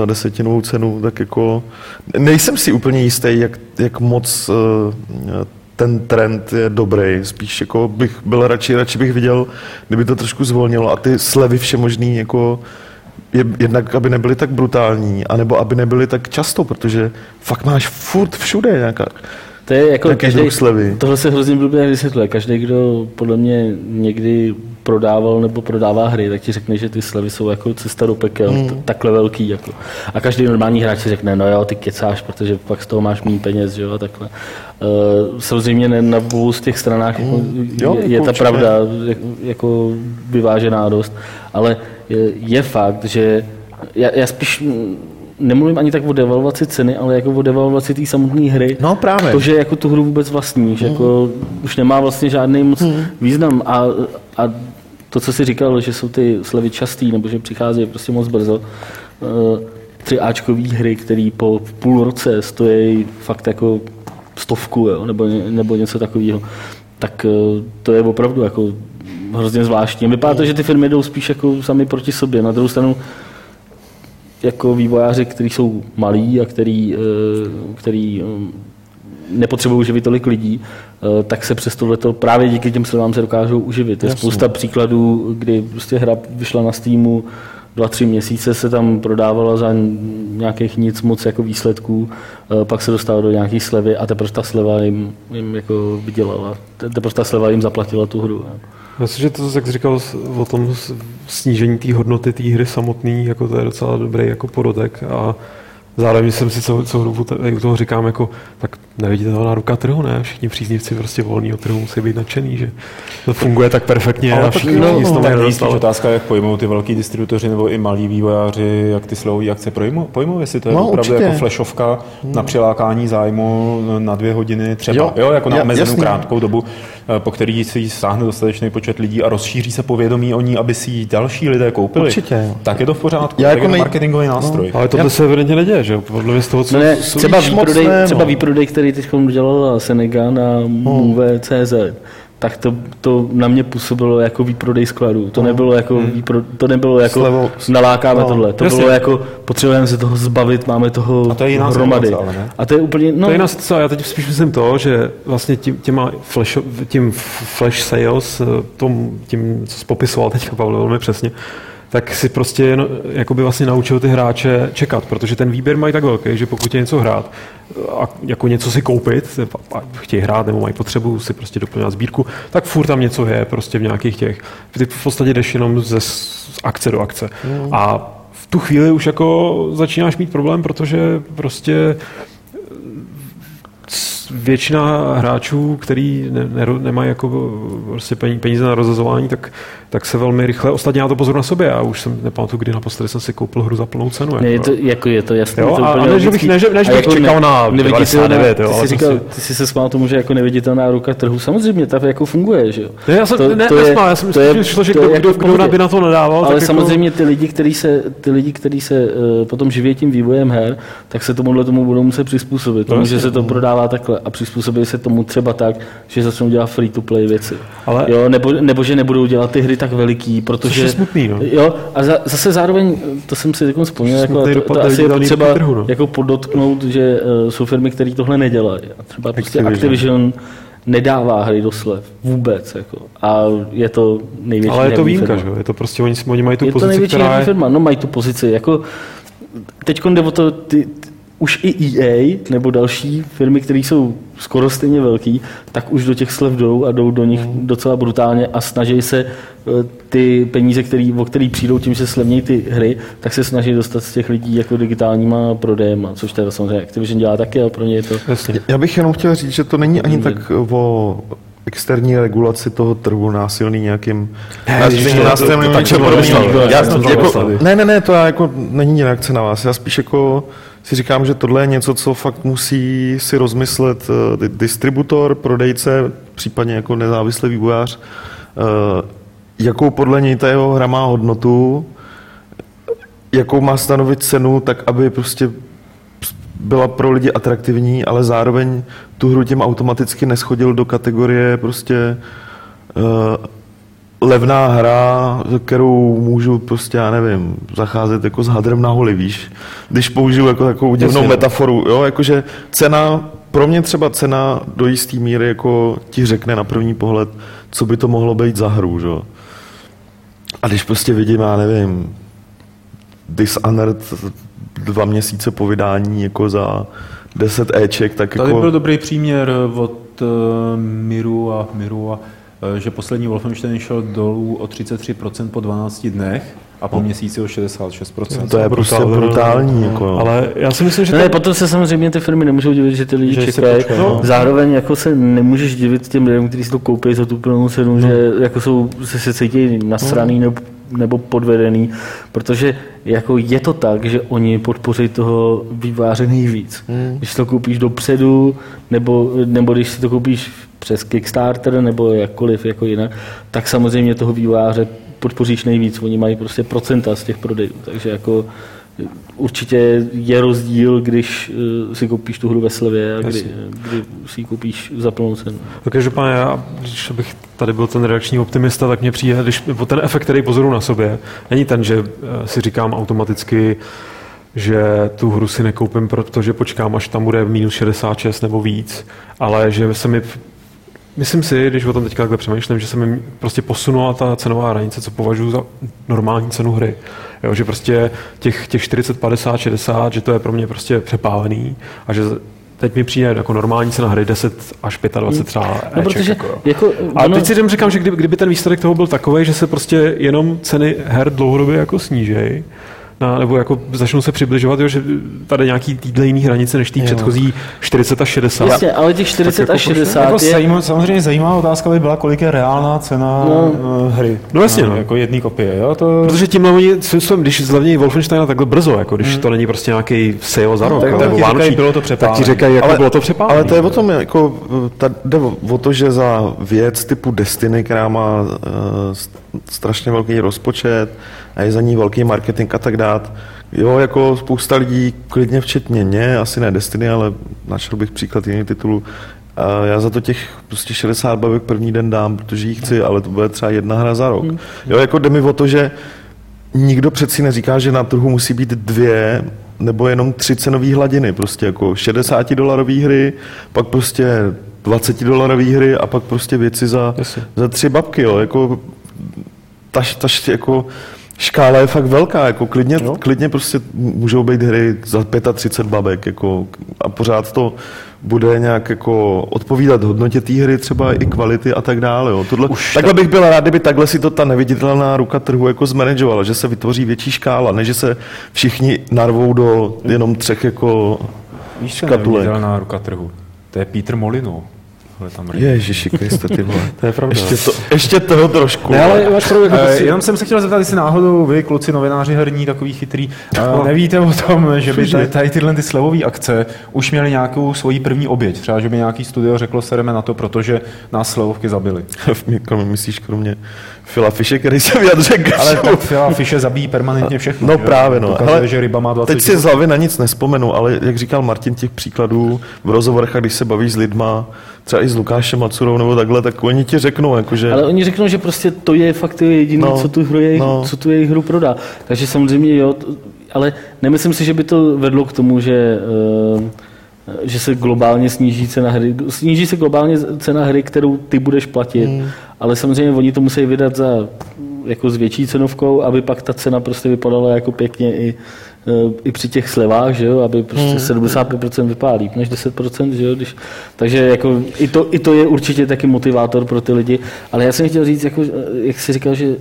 desetinovou cenu, tak jako nejsem si úplně jistý, jak moc ten trend je dobrý. Spíš jako bych byl radši bych viděl, kdyby to trošku zvolnilo a ty slevy všemožný jako jednak, aby nebyly tak brutální, anebo aby nebyly tak často, protože fakt máš furt všude nějaká. To je jako tohle se hrozně blbě vysvětluje. Každý, kdo podle mě někdy prodával nebo prodává hry, tak ti řekne, že ty slevy jsou jako cesta do pekel, takhle velký. Jako. A každý normální hráč si řekne, no jo, ty kecáš, protože pak z toho máš méně peněz, jo, a takhle. Samozřejmě na obou z těch stranách je ta pravda jako vyvážená dost, ale je fakt, že já spíš nemluvím ani tak o devalvaci ceny, ale jako o devalvaci té samotné hry. No právě. To, že jako tu hru vůbec vlastní, že jako už nemá vlastně žádný moc význam a to, co jsi říkal, že jsou ty slevy častý, nebo že přicházejí prostě moc brzo, 3Ačkový hry, které po půl roce stojí fakt jako 100, jo, nebo něco takového, tak to je opravdu jako hrozně zvláštní. Vypadá to, že ty firmy jdou spíš jako sami proti sobě. Na druhou stranu jako vývojáři, kteří jsou malí a který nepotřebují živit tolik lidí, tak se přes tohleto právě díky těm slevám se dokážou uživit. Je spousta příkladů, kdy prostě hra vyšla na Steamu, 2-3 měsíce se tam prodávala za nějakých nic moc jako výsledků, pak se dostala do nějaký slevy a teprve ta sleva jim jako vydělala. Teprve ta sleva jim zaplatila tu hru. Myslím, že to, jak jsi říkal o tom snížení té hodnoty té hry samotný, jako to je docela dobrý jako porodek a zároveň jsem si celou dobu u toho říkám, jako, tak neviditelná ruka trhu, ne? Všichni příznivci prostě volného trhu musí být nadšený, že to funguje tak perfektně. Ale a všichni nic tomu nedostali. Otázka, jak pojmou ty velký distributoři nebo i malí vývojáři, jak ty slevové akce pojmou, jestli to je opravdu jako flashovka na přilákání zájmu na 2 hodiny třeba, jo jako na omezenou krátkou dobu, po který si sáhne dostatečný počet lidí a rozšíří se povědomí o ní, aby si ji další lidé koupili. Určitě. Tak je to v pořádku, tak je to marketingový nástroj. Ale tohle se evidentně neděje, že jo? Podle z toho, co třeba výprodej, který teď udělala Senegal na Move.cz, tak to na mě působilo jako výprodej skladů. To nebylo jako nalákáme tohle. To bylo jako potřebujeme se toho zbavit, máme toho a to je jiná hromady. Situace, ale ne? A to je úplně to je jiná situace. Já teď spíš myslím to, že vlastně tím flash sales, tím, co jsi popisoval teďka Pavel velmi přesně, tak si prostě jakoby vlastně naučil ty hráče čekat, protože ten výběr mají tak velký, že pokud je něco hrát a jako něco si koupit, a chtějí hrát nebo mají potřebu si prostě doplňovat sbírku, tak furt tam něco je prostě v nějakých těch. Ty v podstatě jdeš jenom z akce do akce. A v tu chvíli už jako začínáš mít problém, protože prostě většina hráčů, který nemají jako prostě peníze na rozhazování, tak se velmi rychle, ostatně já to pozoru na sobě, já už jsem nepamatuju, kdy naposledy jsem si koupil hru za plnou cenu. Ne, je to jasné. Než bych čekal na 99. Ty jsi se smál tomu, že jako neviditelná ruka trhu, samozřejmě ta jako funguje, že jo? Já jsem myslel, že kdo by na to nadával. Ale samozřejmě ty lidi, kteří se potom živí tím vývojem her, tak se tomu budou muset přizpůsobit, protože se to prodává takhle a přizpůsobí se tomu třeba tak, že začnou dělat free-to-play věci. Jo, nebo že nebudou dělat ty hry tak veliký, protože... Což je smutný, no. Jo, a zase zároveň, to jsem si takovou vzpomněl, jako, to asi je potřeba jako podotknout, že jsou firmy, které tohle nedělají. A třeba prostě Activision nedává hry do slev. Vůbec. Jako. A je to největší ale je to výjimka, že jo? Je to prostě, oni mají tu pozici, která je... Je to největší firma, no mají tu pozici. Jako, teďko jde o to, už i EA nebo další firmy, které jsou skoro stejně velký, tak už do těch slev jdou a jdou do nich docela brutálně a snaží se ty peníze, o který přijdou tím, že slevnějí ty hry, tak se snaží dostat z těch lidí jako digitálníma prodejem, což teda samozřejmě Activision dělá taky, ale pro ně je to... Jasně. Já bych jenom chtěl říct, že to není ani tak o externí regulaci toho trhu násilný nějakým... Ne, to jako není reakce na vás. Já spíš jako si říkám, že tohle je něco, co fakt musí si rozmyslet distributor, prodejce, případně jako nezávislý vývojář, jakou podle něj ta jeho hra má hodnotu, jakou má stanovit cenu, tak aby prostě byla pro lidi atraktivní, ale zároveň tu hru tím automaticky neschodil do kategorie prostě levná hra, kterou můžu prostě, já nevím, zacházet jako s hadrem na holi, víš. Když použiju jako takovou divnou metaforu, jo, jakože cena pro mě třeba cena do jistý míry jako ti řekne na první pohled, co by to mohlo být za hru, že? A když prostě vidím, já nevím, Dishonored 2 měsíce po vydání jako za 10 Eček, tak Tady jako... byl dobrý příměr od Miru, že poslední Wolfenstein šel dolů o 33% po 12 dnech a po měsíci o 66%. To je prostě brutální. Jako, ale já si myslím, že... Ne, potom se samozřejmě ty firmy nemůžou divit, že ty lidi čekají. Zároveň jako se nemůžeš divit těm lidem, kteří si to koupí za tu plnou cenu, že jako se cítí nasraný nebo podvedený, protože jako je to tak, že oni podpoří toho vývojáře nejvíc. Když to koupíš dopředu, nebo když si to koupíš přes Kickstarter, nebo jakkoliv jako jinak, tak samozřejmě toho vývojáře podpoříš nejvíc. Oni mají prostě procenta z těch prodejů, takže jako určitě je rozdíl, když si koupíš tu hru ve slevě a kdy si ji koupíš za plnou cenu. Každopádně když bych tady byl ten redakční optimista, tak mně přijde, když ten efekt, který pozoruju na sobě, není ten, že si říkám automaticky, že tu hru si nekoupím, protože počkám, až tam bude minus 66 nebo víc, ale že se mi myslím si, když o tom teďka takhle přemýšlím, že se mi prostě posunula ta cenová hranice, co považuji za normální cenu hry. Jo, že prostě těch 40, 50, 60, že to je pro mě prostě přepálený a že teď mi přijde jako normální cena hry 10 až 25 třeba no, protože jako a teď si říkám, že kdyby ten výsledek toho byl takový, že se prostě jenom ceny her dlouhodobě jako snížej, nebo jako začnou se přibližovat, jo, že tady nějaký týdle jiný hranice než tý předchozí 40 až 60. Jasně, ale těch 40 až 60 jako samozřejmě zajímavá otázka by byla, kolik je reálná cena hry. No jasně, jako jedné kopie. Jo? Protože tímhle oni, když zlevnějí Wolfensteina takhle brzo, jako když to není prostě nějaký sale za rok, tak bylo to přepálené. Tak ti říkají, jako bylo to přepálené. Ale to je o tom, jako, jde o to, že za věc typu Destiny, která má strašně velký rozpočet a je za ní velký marketing a tak dát. Jo, jako spousta lidí, klidně včetně mě, asi ne Destiny, ale našel bych příklad jiných titulů. A já za to těch prostě 60 bavek první den dám, protože ji chci, ale to bude třeba jedna hra za rok. Jo, jako jde mi o to, že nikdo přeci neříká, že na trhu musí být 2 nebo jenom 3 cenové hladiny, prostě jako $60 hry, pak prostě $20 hry a pak prostě věci za 3 babky, jo, jako ta jako škála je fakt velká, jako klidně prostě můžou být hry za 35 babek, jako a pořád to bude nějak jako odpovídat hodnotě té hry, třeba i kvality a tak dále. Jo. Takhle bych byl rád, kdyby takhle si to ta neviditelná ruka trhu jako zmanageovala, že se vytvoří větší škála, ne že se všichni narvou do jenom 3 jako škatulek. Neviditelná ruka trhu. To je Peter Molyneux. Ježiši Kriste, ty vole. To je pravda. Ještě toho trošku. Ne, ale jenom jsem se chtěl zeptat, jestli náhodou vy, kluci, novináři herní, takový chytrý, nevíte o tom, že by tady tyhle slevové akce už měly nějakou svoji první oběť. Třeba, že by nějaký studio řeklo, sereme na to, protože nás slevovky zabili. Myslíš kromě Phila Fishe, který se vyjadřuje k ale tak Phila Fishe zabíjí permanentně všechno. No právě, no. Ukazuje, že ryba má 20 teď si z hlavy na nic nespomenu, ale jak říkal Martin, těch příkladů v rozhovorech, když se bavíš s lidma, třeba i s Lukášem Macurou nebo takhle, tak oni ti řeknou, jakože... Ale oni řeknou, že prostě to je fakt jediné, co tu jejich hru prodá. Takže samozřejmě jo, ale nemyslím si, že by to vedlo k tomu, že se globálně sníží cena hry. Sníží se globálně cena hry, kterou ty budeš platit, ale samozřejmě oni to musí vydat za jako s větší cenovkou, aby pak ta cena prostě vypadala jako pěkně i při těch slevách, že jo, aby prostě 75% vypadá líp než 10%, že jo, takže jako i to je určitě taky motivátor pro ty lidi, ale já jsem chtěl říct, jako, jak jsi říkal, že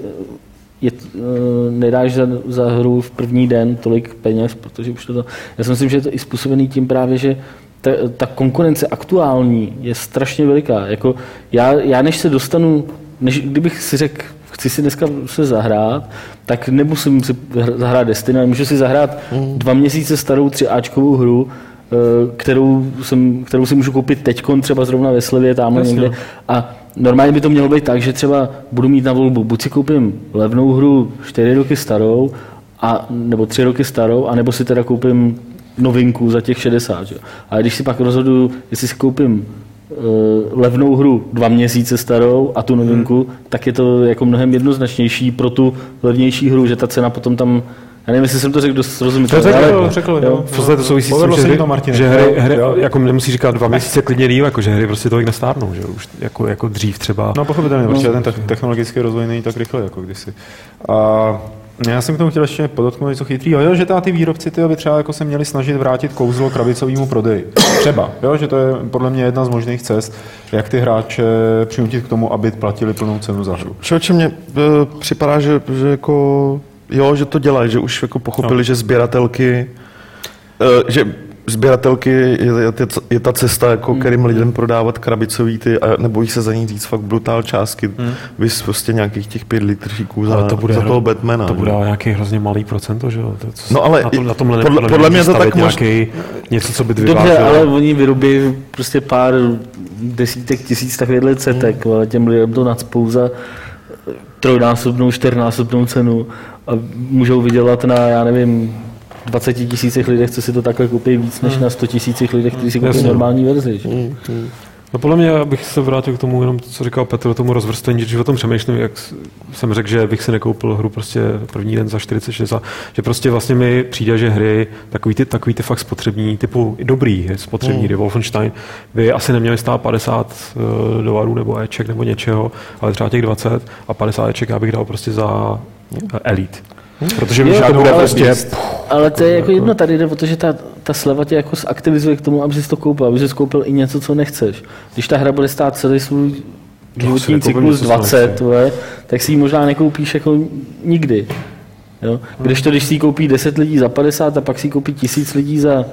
nedáš za hru v první den tolik peněz, protože už to... Já si myslím, že je to i způsobený tím právě, že ta konkurence aktuální je strašně veliká. Jako já než se dostanu, kdybych si řekl, chci si dneska se zahrát, tak nemusím si zahrát Destiny, ale můžu si zahrát 2 měsíce starou 3Ačkovou hru, kterou si můžu koupit teďkon, třeba zrovna ve slevě, tamhle někde. A normálně by to mělo být tak, že třeba budu mít na volbu, buď si koupím levnou hru 4 roky starou, nebo 3 roky starou, anebo si teda koupím novinku za těch 60. Že? A když si pak rozhoduju, jestli si koupím levnou hru 2 měsíce starou a tu novinku, tak je to jako mnohem jednoznačnější pro tu levnější hru, že ta cena potom tam Já nevím, jestli jsem to řekl dost srozumitelně. Řekl. V podstatě to souvisí s tím, že hry jako nemusí říkat 2 měsíce klidně díl, jako že hry prostě tolik nestárnou, že už jako dřív třeba. No pochopitelně, protože ten technologický rozvoj není tak rychle jako kdysi. A já jsem k tomu chtěl ještě podotknout něco chytrýho, jo, že ty výrobci by třeba jako se měli snažit vrátit kouzlo krabicovému prodeji. Třeba, jo, že to je podle mě jedna z možných cest, jak ty hráče přinutit k tomu, aby platili plnou cenu za hru. Člověče, mně připadá, že jako jo, že to dělají, že už jako pochopili, že sběratelky, je ta cesta, jako kterým lidem prodávat krabicový ty a nebojí se za ní říct fakt brutál částky, vys prostě nějakých těch 5 litržíků za toho Batmana. To bude nějaký hrozně malý procento, že jo? No ale na tomhle podle mě to tak nějaký něco, co by vyváželo. Dobře, ale oni vyrobí prostě pár desítek tisíc takovýchhle cetek, ale těm lidem to nacpou za 3násobnou, 4násobnou cenu a můžou vydělat na, já nevím, 20 000 lidech, co si to takhle koupí víc, než na 100 000 lidech, kteří si koupí normální verzi. No podle mě, abych se vrátil k tomu, jenom co říkal Petr, tomu rozvrstvení, že o tom přemýšlím, jak jsem řekl, že bych si nekoupil hru prostě první den za 40-60, že prostě vlastně mi přijde, že hry, takový ty fakt spotřební, typu dobrý spotřební hry, Wolfenstein, by asi neměly stát $50 nebo Eček nebo něčeho, ale třeba těch 20 a 50 Eček já bych dal prostě za Elite. Protože víš, že bude prostě... Ale to je jako jedno, tady jde o to, že ta sleva tě jako zaktivizuje k tomu, aby jsi to koupil, aby jsi koupil i něco, co nechceš. Když ta hra bude stát celý svůj životní cyklus 20, tak si ji možná nekoupíš jako nikdy. Jo? Když si ji koupí 10 lidí za 50 a pak si ji koupí 1000 lidí za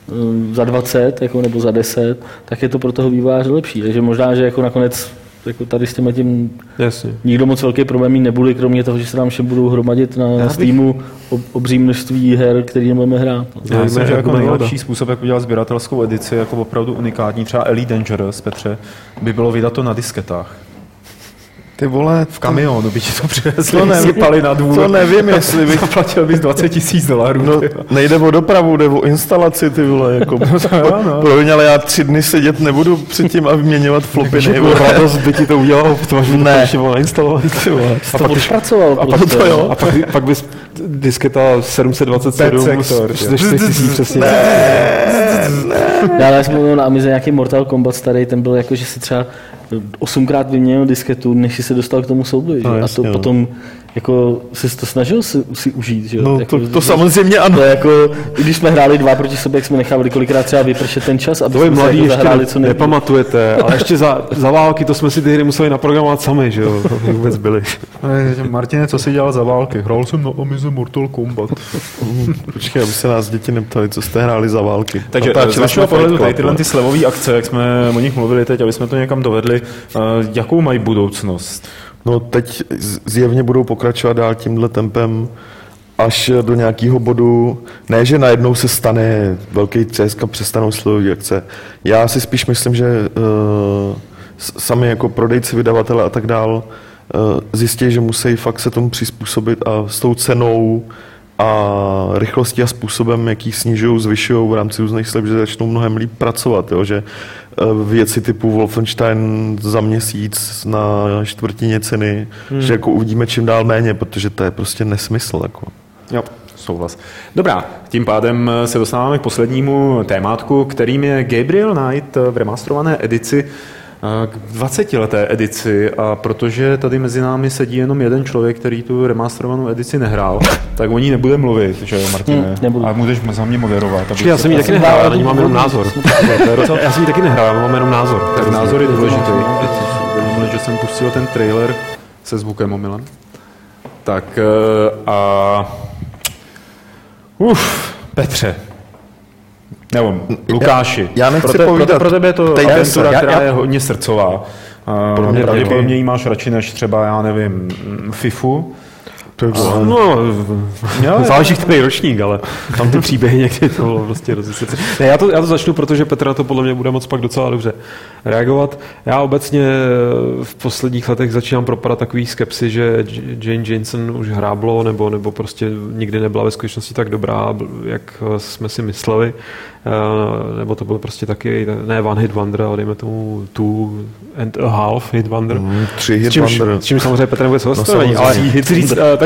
20 jako, nebo za 10, tak je to pro toho vývojáře lepší. Takže možná, že jako nakonec jako tady s tím nikdo moc velký problém nebude, kromě toho, že se tam všem budou hromadit na Steamu obří množství her, které nebudeme hrát. Já myslím, že jako nejlepší způsob, jak udělat sběratelskou edici, jako opravdu unikátní, třeba Elite Dangerous, Petře, by bylo vydat to na disketách. Ty vole, v kamionu by ti to přivezli, sypali na dvůr. To nevím, jestli bych... Zaplatil bys $20,000. No, nejde o dopravu, jde o instalaci, ty vole, jako... Promiň, ale já 3 dny sedět nebudu předtím a vyměňovat flopiny. Radost by ti to udělalo, to máš nainstalovat, ty vole. A pak bys pracoval. A pak bys disketa 727 4 000 přesně. Já jsem mluvil na Amize nějaký Mortal Kombat starý, ten byl jako, že si třeba 8krát vyměnil disketu, než si se dostal k tomu souboji. No, a to potom jako jsi to snažil si užít, že jo? No, jako, to samozřejmě ano. To jako, i když jsme hráli 2 proti sobě, jak jsme nechávali kolikrát třeba vypršet ten čas, aby jsme mladí jako zahráli ještě nepamatujete, ale ještě za války to jsme si ty hry museli naprogramovat sami, že jo? To vůbec byli. Martine, co jsi dělal za války? Hrál jsem na Amize Mortal Kombat. Počkej, aby se nás děti neptali, co jste hráli za války. Takže z našeho pohledu tyhle ty slevové akce, jak jsme o nich mluvili teď, aby jsme to někam dovedli, jakou mají budoucnost? No teď zjevně budou pokračovat dál tímhle tempem až do nějakého bodu, ne, že najednou se stane velký třesk a přestanou slevové akce. Já si spíš myslím, že sami jako prodejci, vydavatele a tak dál zjistí, že musí fakt se tomu přizpůsobit a s tou cenou a rychlostí a způsobem, jaký snižují, zvyšují v rámci různých slev, že začnou mnohem líp pracovat, jo? Že věci typu Wolfenstein za měsíc na čtvrtině ceny, že jako uvidíme čím dál méně, protože to je prostě nesmysl. Jako. Jo, souhlas. Dobrá, tím pádem se dostáváme k poslednímu témátku, kterým je Gabriel Knight v remasterované edici, k 20leté edici, a protože tady mezi námi sedí jenom jeden člověk, který tu remasterovanou edici nehrál, tak o ní nebude mluvit, že jo, Martine? A můžeš za mě moderovat. Já jsem ji taky nehrál, já na ní mám jenom názor. Já jsem ji taky nehrál, já mám jenom názor. Tak názor je důležitý. Že jsem pustil ten trailer se zvukem omylem. Tak a... Petře. Nebo Lukáši. Já nechci povídat. Pro tebe je to aventura, která je hodně srdcová. Pravděpodobně jí máš radši než třeba, já nevím, FIFU. No, záleží který ročník, ale tam ty příběhy někdy to bylo prostě rozlice. Ne, já to začnu, protože Petra to podle mě bude moc pak docela dobře reagovat. Já obecně v posledních letech začínám propadat takový skepsy, že Jane Jensen už hráblo, nebo prostě nikdy nebyla ve skutečnosti tak dobrá, jak jsme si mysleli. Nebo to byl prostě taky, ne one hit wonder, ale dejme tomu 2.5 hit wonder. 3 hit wonder. S čím samozřejmě Petr nebude souhlasit, ale chci říct,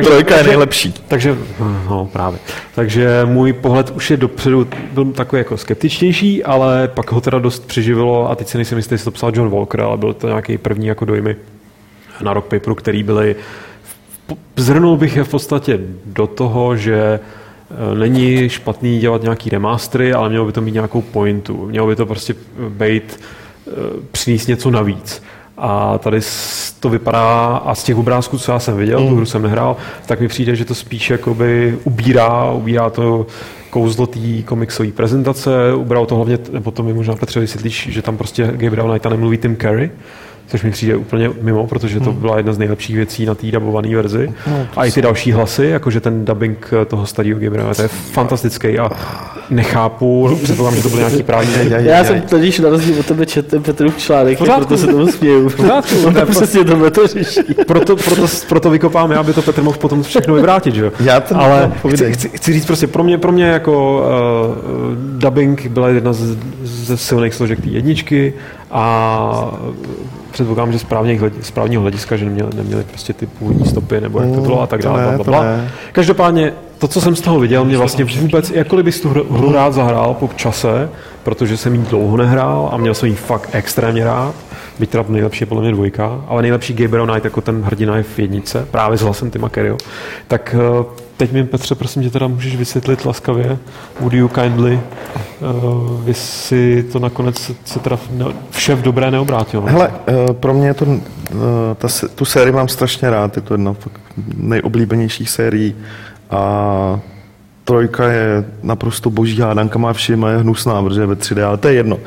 trojka je nejlepší. Takže, no právě. Takže můj pohled už je dopředu, byl takový jako skeptičtější, ale pak ho teda dost přiživilo a teď si nejsem jistý, jestli to psal John Walker, ale byl to nějaký první jako dojmy na Rock Paperu, který byly, zhrnul bych je v podstatě do toho, že není špatný dělat nějaký remastery, ale mělo by to mít nějakou pointu. Mělo by to prostě být, přinést něco navíc. A tady to vypadá, a z těch obrázků, co já jsem viděl, tu hru jsem nehrál, tak mi přijde, že to spíš jakoby ubírá to kouzlo té komiksové prezentace, ubral to hlavně, nebo to mi možná Petře vysvětlíš, že tam prostě Gabriel Knighta nemluví Tim Curry, což mi přijde úplně mimo, protože to byla jedna z nejlepších věcí na té dabované verzi. A i ty další hlasy, jakože ten dubbing toho starého Gabriela, to je fantastický a nechápu, předpokládám, že to byl nějaký právní. Já jsem totiž na rozdíl od tebe četl Petrův článek, proto se tomu směju. On přesně tohle to řeší. Proto vykopám já, aby to Petr mohl potom všechno vyvrátit, že? Ale chci říct prostě, pro mě jako dubbing byla jedna ze silných složek té jedničky a předpokládám, že z právního hlediska, že neměli prostě ty původní stopy, nebo jak to bylo a tak dále. Každopádně to, co jsem z toho viděl, mě vlastně vůbec, jakkoliv bys tu hru rád zahrál po čase, protože jsem jí dlouho nehrál a měl jsem jí fakt extrémně rád, byť teda nejlepší je podle mě 2, ale nejlepší Gabriel Knight jako ten hrdina je v 1, právě s hlasem Tima Curryho. Tak teď mi, Petře, prosím tě, teda můžeš vysvětlit laskavě, would you kindly, jestli to nakonec se teda vše v dobré neobrátilo. Hele, pro mě to, tu sérii mám strašně rád, je to jedna nejoblíbenějších sérií a 3 je naprosto boží hádanka, má všim a je hnusná, protože ve 3D, ale to je jedno.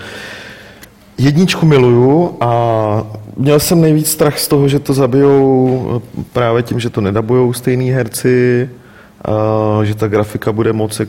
1 miluju a měl jsem nejvíc strach z toho, že to zabijou právě tím, že to nedabujou stejný herci, že ta grafika bude moc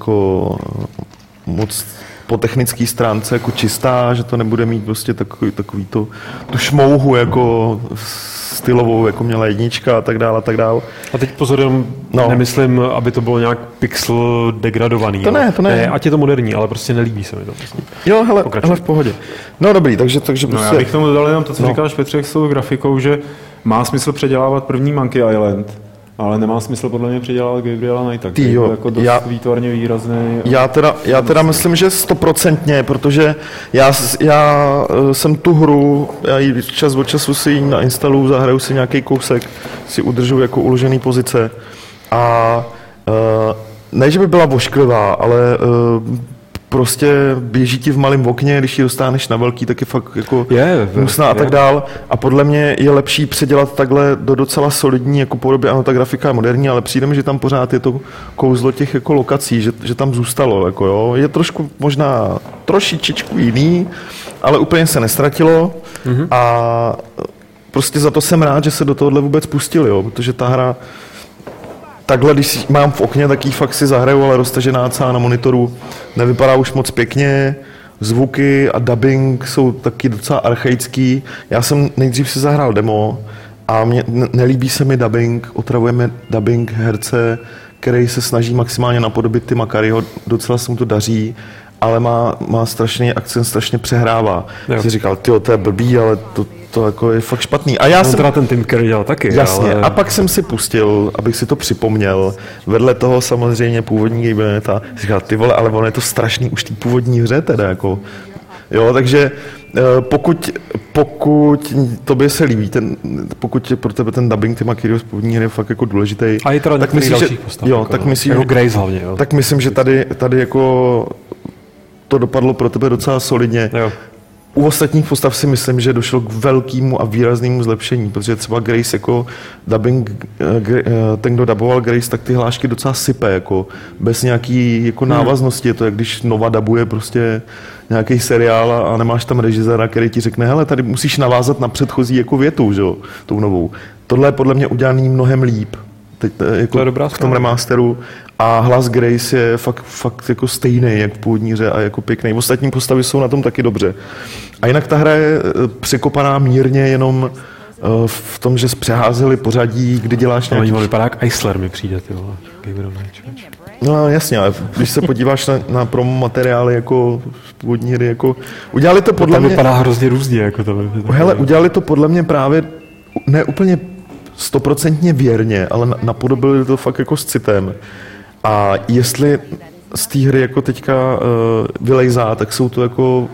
po technické stránce jako čistá, že to nebude mít prostě takový tu šmouhu jako stylovou, jako měla 1 a tak dále, a tak dále. A teď pozor, jenom nemyslím, aby to bylo nějak pixel degradovaný. To ne. Ať je to moderní, ale prostě nelíbí se mi to. Prostě. Jo, hele, v pohodě. No dobrý, takže prostě... Já bych tomu dodal jenom to, co říkáš, Petře, s tou grafikou, že má smysl předělávat první Monkey Island, ale nemá smysl podle mě předělávat Gabriela Knighta, který je jako dost výtvarně výrazný. Já teda myslím, že 100%, protože já jsem tu hru, já ji čas od času si ji nainstaluju, zahraju si nějaký kousek, si udržuju jako uložený pozice a ne, že by byla vošklivá, ale prostě běží ti v malém okně, když ji dostáneš na velký, tak je fakt jako hnusná a tak dál. A podle mě je lepší předělat takhle do docela solidní jako podoby, ano, ta grafika je moderní, ale přijde mi, že tam pořád je to kouzlo těch jako lokací, že tam zůstalo. Jako jo. Je trošku možná trošičičku jiný, ale úplně se nestratilo a prostě za to jsem rád, že se do tohohle vůbec pustili, jo, protože ta hra takhle, když mám v okně, tak ji fakt si zahraju, ale roztažená celá na monitoru nevypadá už moc pěkně, zvuky a dubbing jsou taky docela archaický. Já jsem nejdřív si zahrál demo a nelíbí se mi dubbing, otravujeme dubbing herce, který se snaží maximálně napodobit Tima Curryho, docela se mu to daří, ale má strašný akcent, strašně přehrává. Jsi říkal, to je blbý, ale to jako je fakt špatný. A já jsem teda ten Tim Curry dělal taky. Jasně. Ale... A pak jsem si pustil, abych si to připomněl. Vedle toho samozřejmě původní Gabriel Knighta. Říkal, ty vole, ale ono je to strašný už té původní hře teda jako. Jo, takže pokud tobě se líbí, pokud je pro tebe ten dubbing Tima Curryho z původní hry je fakt jako důležitý, a je teda tak myslím, že postav, jo, tak myslím, jako Grace hlavně, jo. Tak myslím, že tady jako to dopadlo pro tebe docela solidně. Jo. U ostatních postav si myslím, že došlo k velkému a výraznému zlepšení, protože třeba Grace jako dubbing, ten, kdo daboval Grace, tak ty hlášky docela sype, jako bez nějaký jako návaznosti. Je to, jak když Nova dabuje prostě nějaký seriál a nemáš tam režiséra, který ti řekne, hele, tady musíš navázat na předchozí jako větu, že jo, tou novou. Tohle je podle mě udělaný mnohem líp. Teď, jako v tom remasteru a hlas Grace je fakt jako stejný, jak v původní hře a jako pěkný. Ostatní postavy jsou na tom taky dobře. A jinak ta hra je překopaná mírně jenom v tom, že přeházeli pořadí, kdy děláš nějaký... No, vypadá jak Eisler mi přijde, ty vole. No jasně, ale když se podíváš na promo materiály jako z původní hry, jako... Udělali to podle mě... vypadá hrozně různě, jako to. Hele, udělali to podle mě právě ne úplně 100% věrně, ale napodobili to fakt jako s citem. A jestli z té hry jako teďka vylejzá, tak jsou to jako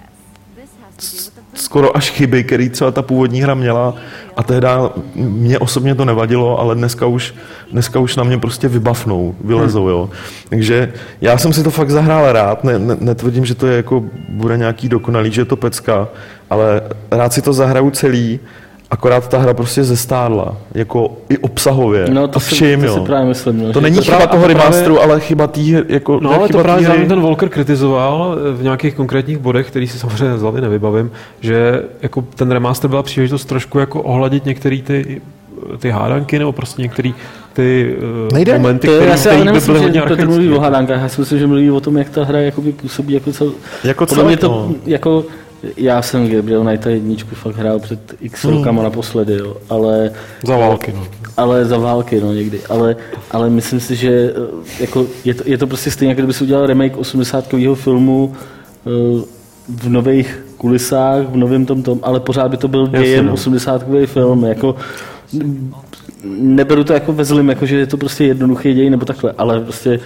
skoro až chyby, které třeba ta původní hra měla a tehda mě osobně to nevadilo, ale dneska už na mě prostě vybafnou, vylezou, jo. Takže já jsem si to fakt zahrál rád, netvrdím, že to je jako, bude nějaký dokonalý, že je to pecka, ale rád si to zahraju celý, akorát ta hra prostě zestárla, jako i obsahově no, a všim, jo. To si právě myslím, no, to není chyba toho remasteru, ale chyba té jako... No ale to právě zároveň ten Walker kritizoval v nějakých konkrétních bodech, který si samozřejmě z hlavy nevybavím, že jako ten remaster byla příležitost trošku jako ohladit některé ty hádanky, nebo prostě některé ty momenty, které by byly hodně archaické. To mluví o hádankách, já si myslím, že mluví o tom, jak ta hra jakoby působí jako celé. Jako celé, to, jako já jsem Gabriel Knighta 1 fakt hrál před x rokama naposledy, jo, ale... Za války, no. Ale za války, no, někdy. Ale myslím si, že jako je to prostě stejně, jako kdyby si udělal remake 80kového filmu v nových kulisách, v novém tom, ale pořád by to byl dějem 80kový film, jako... Neberu to jako ve zlým, jako že je to prostě jednoduchý děj nebo takhle, ale prostě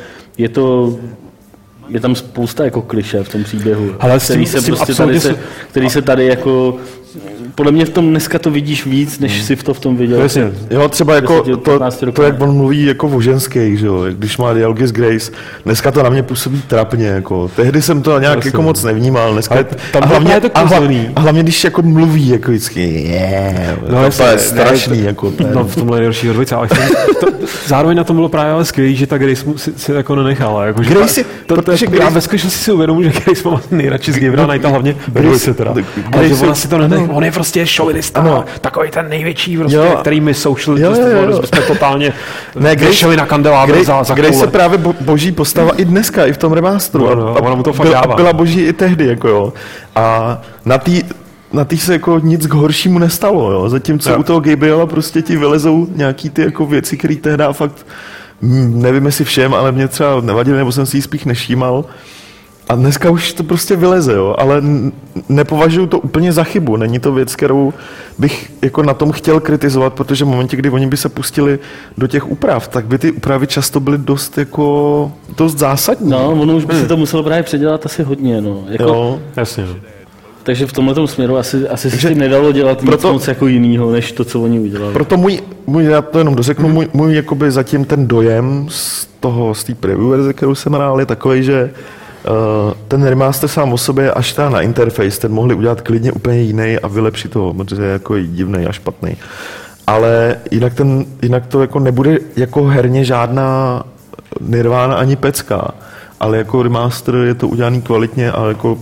je tam spousta jako klišé v tom příběhu, který se tady jako... Podle mě v tom dneska to vidíš víc, než si v tom viděl. Jasně. Jo, třeba jako to, jak on mluví jako o ženských, že jo, když má dialogy s Grace, dneska to na mě působí trapně, jako. Tehdy jsem to nějak jako moc nevnímal, dneska... A hlavně, když jako mluví, jako vždycky, to je strašný, jako. No, v tomhle je nejhorší dvojice, ale zároveň na tom bylo právě ale skvělý, že ta Grace si jako nenechala, jako, já ve skutečnosti si uvědomuji, že Grace mám nejradši z Gabriela Knighta, hlavně ve dvojice teda. Ale že ona si to nenechá, on je prostě šovinista, takový ten největší, prostě, který my socialist, jsme totálně řešili na kandelábr za Grace se právě boží postava i dneska, i v tom remasteru. Ona mu to fakt dává. Byla boží i tehdy, jako jo. A na tý se jako nic k horšímu nestalo, jo. Zatímco u toho Gabriela prostě ti vylezou nějaký ty jako věci, které tehdy fakt, nevím jestli všem, ale mě třeba nevadily, nebo jsem si ji spíš nevšímal. A dneska už to prostě vyleze, jo, ale nepovažuji to úplně za chybu. Není to věc, kterou bych jako na tom chtěl kritizovat, protože v momentě, kdy oni by se pustili do těch úprav, tak by ty úpravy často byly dost zásadní. No, ono už by se to muselo právě předělat asi hodně, no. Jako, jo, jasně. Takže v tomhle směru asi se s tím nedalo dělat nic moc jako jinýho, než to, co oni udělali. Proto můj já to jenom dořeknu, můj jakoby zatím ten dojem z té preview verze, kterou jsem hrál, je takovej, že ten remaster sám o sobě, až teda na interface, ten mohli udělat klidně úplně jiný a vylepšit ho, protože je jako divný a špatný. Ale jinak to jako nebude jako herně žádná Nirvana ani pecka, ale jako remaster je to udělaný kvalitně a jako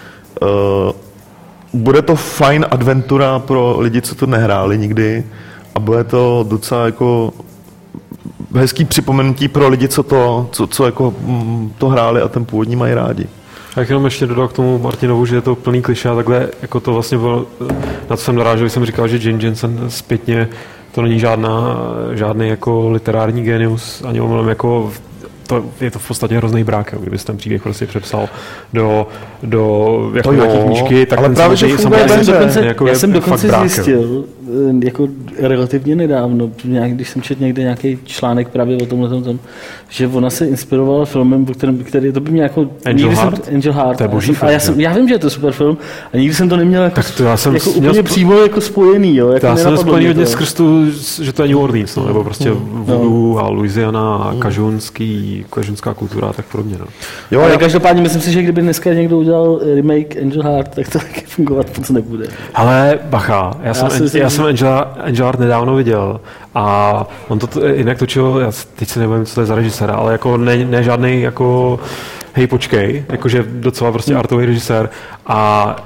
bude to fajn adventura pro lidi, co to nehráli nikdy a bude to docela jako hezký připomenutí pro lidi, co jako to hráli a ten původní mají rádi. Tak jenom ještě dodal k tomu Martinovu, že je to plný klišé a takhle, jako to vlastně bylo, na co jsem narážel, jsem říkal, že Jane Jensen zpětně, to není žádný jako literární genius, ani omylem jako je to v podstatě hrozný brák, kdyby ten příběh prostě přepsal do jako nějaký knížky, tak ale ten právě, že já jsem dokonce zjistil, jako relativně nedávno, když jsem četl někde nějaký článek právě o tomhle tom, že ona se inspirovala filmem, který to by mě jako... Angel Heart. To je boží film. Já vím, že je to super film a nikdy jsem to neměl jako, jako úplně přímo jako spojený. Jo, jako já jsem spojený hodně skrz tu, že to je New Orleans, nebo prostě voodoo a Louisiana a kažunská kultura a tak podobně. No. Jo, ale každopádně myslím si, že kdyby dneska někdo udělal remake Angel Heart, tak to taky fungovat moc nebude. Ale bacha, já jsem Angel Heart nedávno viděl a on to jinak točil, já teď si nevím, co to je za režiséra, ale jako ne žádnej jako hej počkej, jakože docela prostě artový režisér a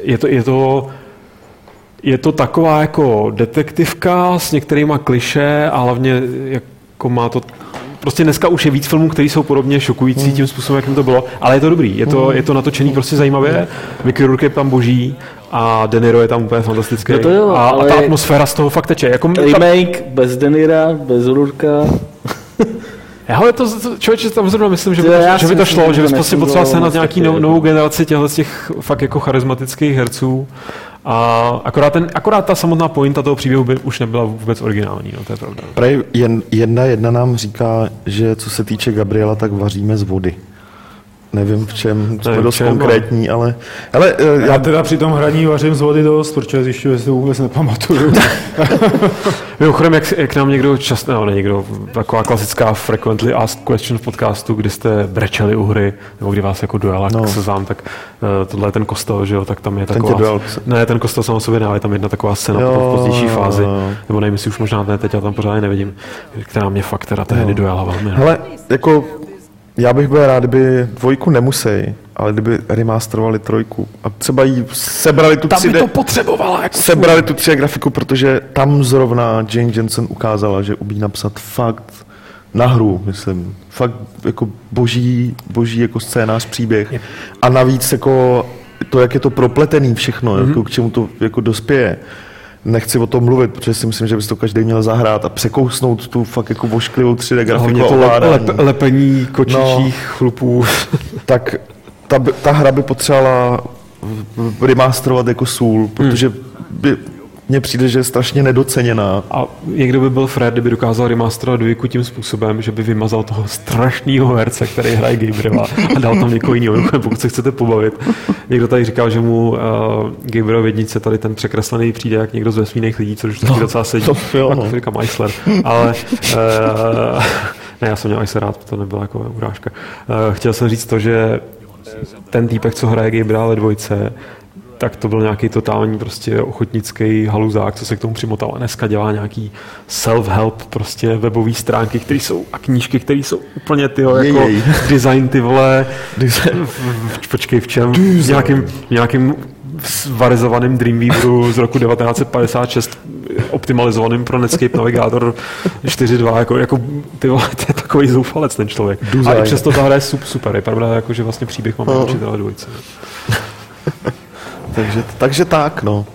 je to taková jako detektivka s některýma klišé a hlavně jako má to prostě dneska už je víc filmů, které jsou podobně šokující tím způsobem, jakým to bylo, ale je to dobrý, je to natočený prostě zajímavě, Mickey Rourke je tam boží a De Niro je tam úplně fantastický a ta atmosféra z toho fakt teče. Jako remake bez De Nira, bez Rourka. Člověče, tam zrovna myslím, že by to šlo, že bys prostě potřeboval sehnat nějaký novou generaci těch fakt jako charismatických herců A akorát ta samotná pointa toho příběhu by už nebyla vůbec originální, no, to je pravda. Prej jedna nám říká, že co se týče Gabriela, tak vaříme z vody. Nevím v čem, jsme dost konkrétní, ale já teda při tom hraní vařím z vody dost, protože zjišťuji, že si to vůbec nepamatuju. Mimochodem, jak nám někdo taková klasická frequently asked question v podcastu, kdy jste brečeli u hry, nebo kdy vás jako dojala k sezám, tak tohle je ten kostel, že jo, tak tam je taková... ten kostel sám o sobě je tam jedna taková scéna v pozdější fázi, nebo nevím, jestli už možná ne teď, já tam pořád nevidím, která mě fakt teda tehdy dojala velmi. Hele, jako... Já bych byl rád, kdyby 2 nemusí, ale kdyby remasterovali 3 a třeba jí sebrali tu 3D. Tam by to potřebovala. Jako sebrali tu 3D grafiku, protože tam zrovna Jane Jensen ukázala, že umí napsat fakt na hru, myslím. Fakt jako boží jako scénář, příběh. A navíc jako to, jak je to propletený všechno, jako k čemu to jako dospěje. Nechci o tom mluvit, protože si myslím, že bys to každý měl zahrát a překousnout tu fakt jako vošklivou 3D grafiku. To lepení kočičích chlupů. Tak ta hra by potřebovala remasterovat jako sůl, protože mně přijde, že je strašně nedoceněná. A někdo by byl Fred, kdyby dokázal remasterovat 2 tím způsobem, že by vymazal toho strašného herce, který hraje Gabriela a dal tam někoho jiného, pokud se chcete pobavit. Někdo tady říkal, že mu Gabriel v 1 tady ten překreslený přijde jak někdo z vesmírných lidí, což už docela sedí. To říká Meisler. Ale ne, já jsem měl Ice rád, to nebyla jako urážka. Chtěl jsem říct to, že ten týpek, co hraje Gabriela ve 2, tak to byl nějaký totální prostě ochotnický haluzák, co se k tomu přimotal. A dneska dělá nějaký self-help prostě webové stránky, které jsou a knížky, které jsou úplně jako design ty vole. Počkej, v čem? Nějakým varizovaným Dreamweaveru z roku 1956 optimalizovaným pro Netscape Navigator 4.2, jako ty vole, to je takový zoufalec ten člověk. A i přesto ta hra je super. Je pravda, jako, že vlastně příběh máme učitele 2. Takže tak, no.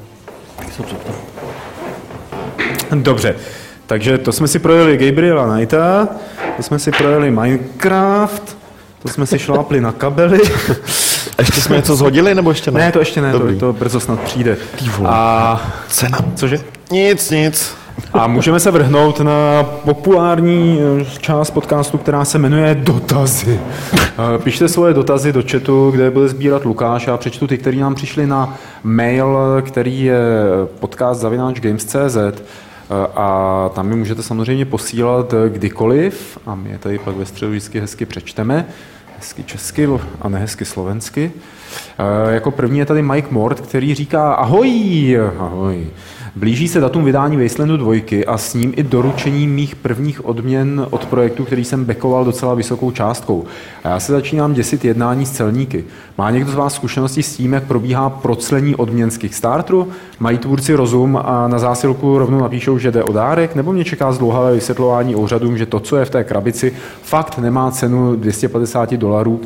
Dobře, takže to jsme si projeli Gabriela Knighta, to jsme si projeli Minecraft, to jsme si šlápli na kabely. Ještě jsme něco zhodili, nebo ještě ne? Ne, to ještě ne, to brzo snad přijde. A cena. Cože? Nic. A můžeme se vrhnout na populární část podcastu, která se jmenuje Dotazy. Pište svoje dotazy do chatu, kde bude sbírat Lukáš. Já přečtu ty, které nám přišly na mail, který je podcast@games.cz a tam mi můžete samozřejmě posílat kdykoliv a my je tady pak ve středu vždycky hezky přečteme. Hezky česky a ne hezky slovensky. Jako první je tady Mike Mort, který říká ahoj. Blíží se datum vydání Wastelandu 2 a s ním i doručení mých prvních odměn od projektu, který jsem backoval docela vysokou částkou. A já se začínám děsit jednání s celníky. Má někdo z vás zkušenosti s tím, jak probíhá proclení odměn z Kickstarteru? Mají tvůrci rozum a na zásilku rovnou napíšou, že jde o dárek? Nebo mě čeká zdlouhavé vysvětlování úřadům, že to, co je v té krabici, fakt nemá cenu $250,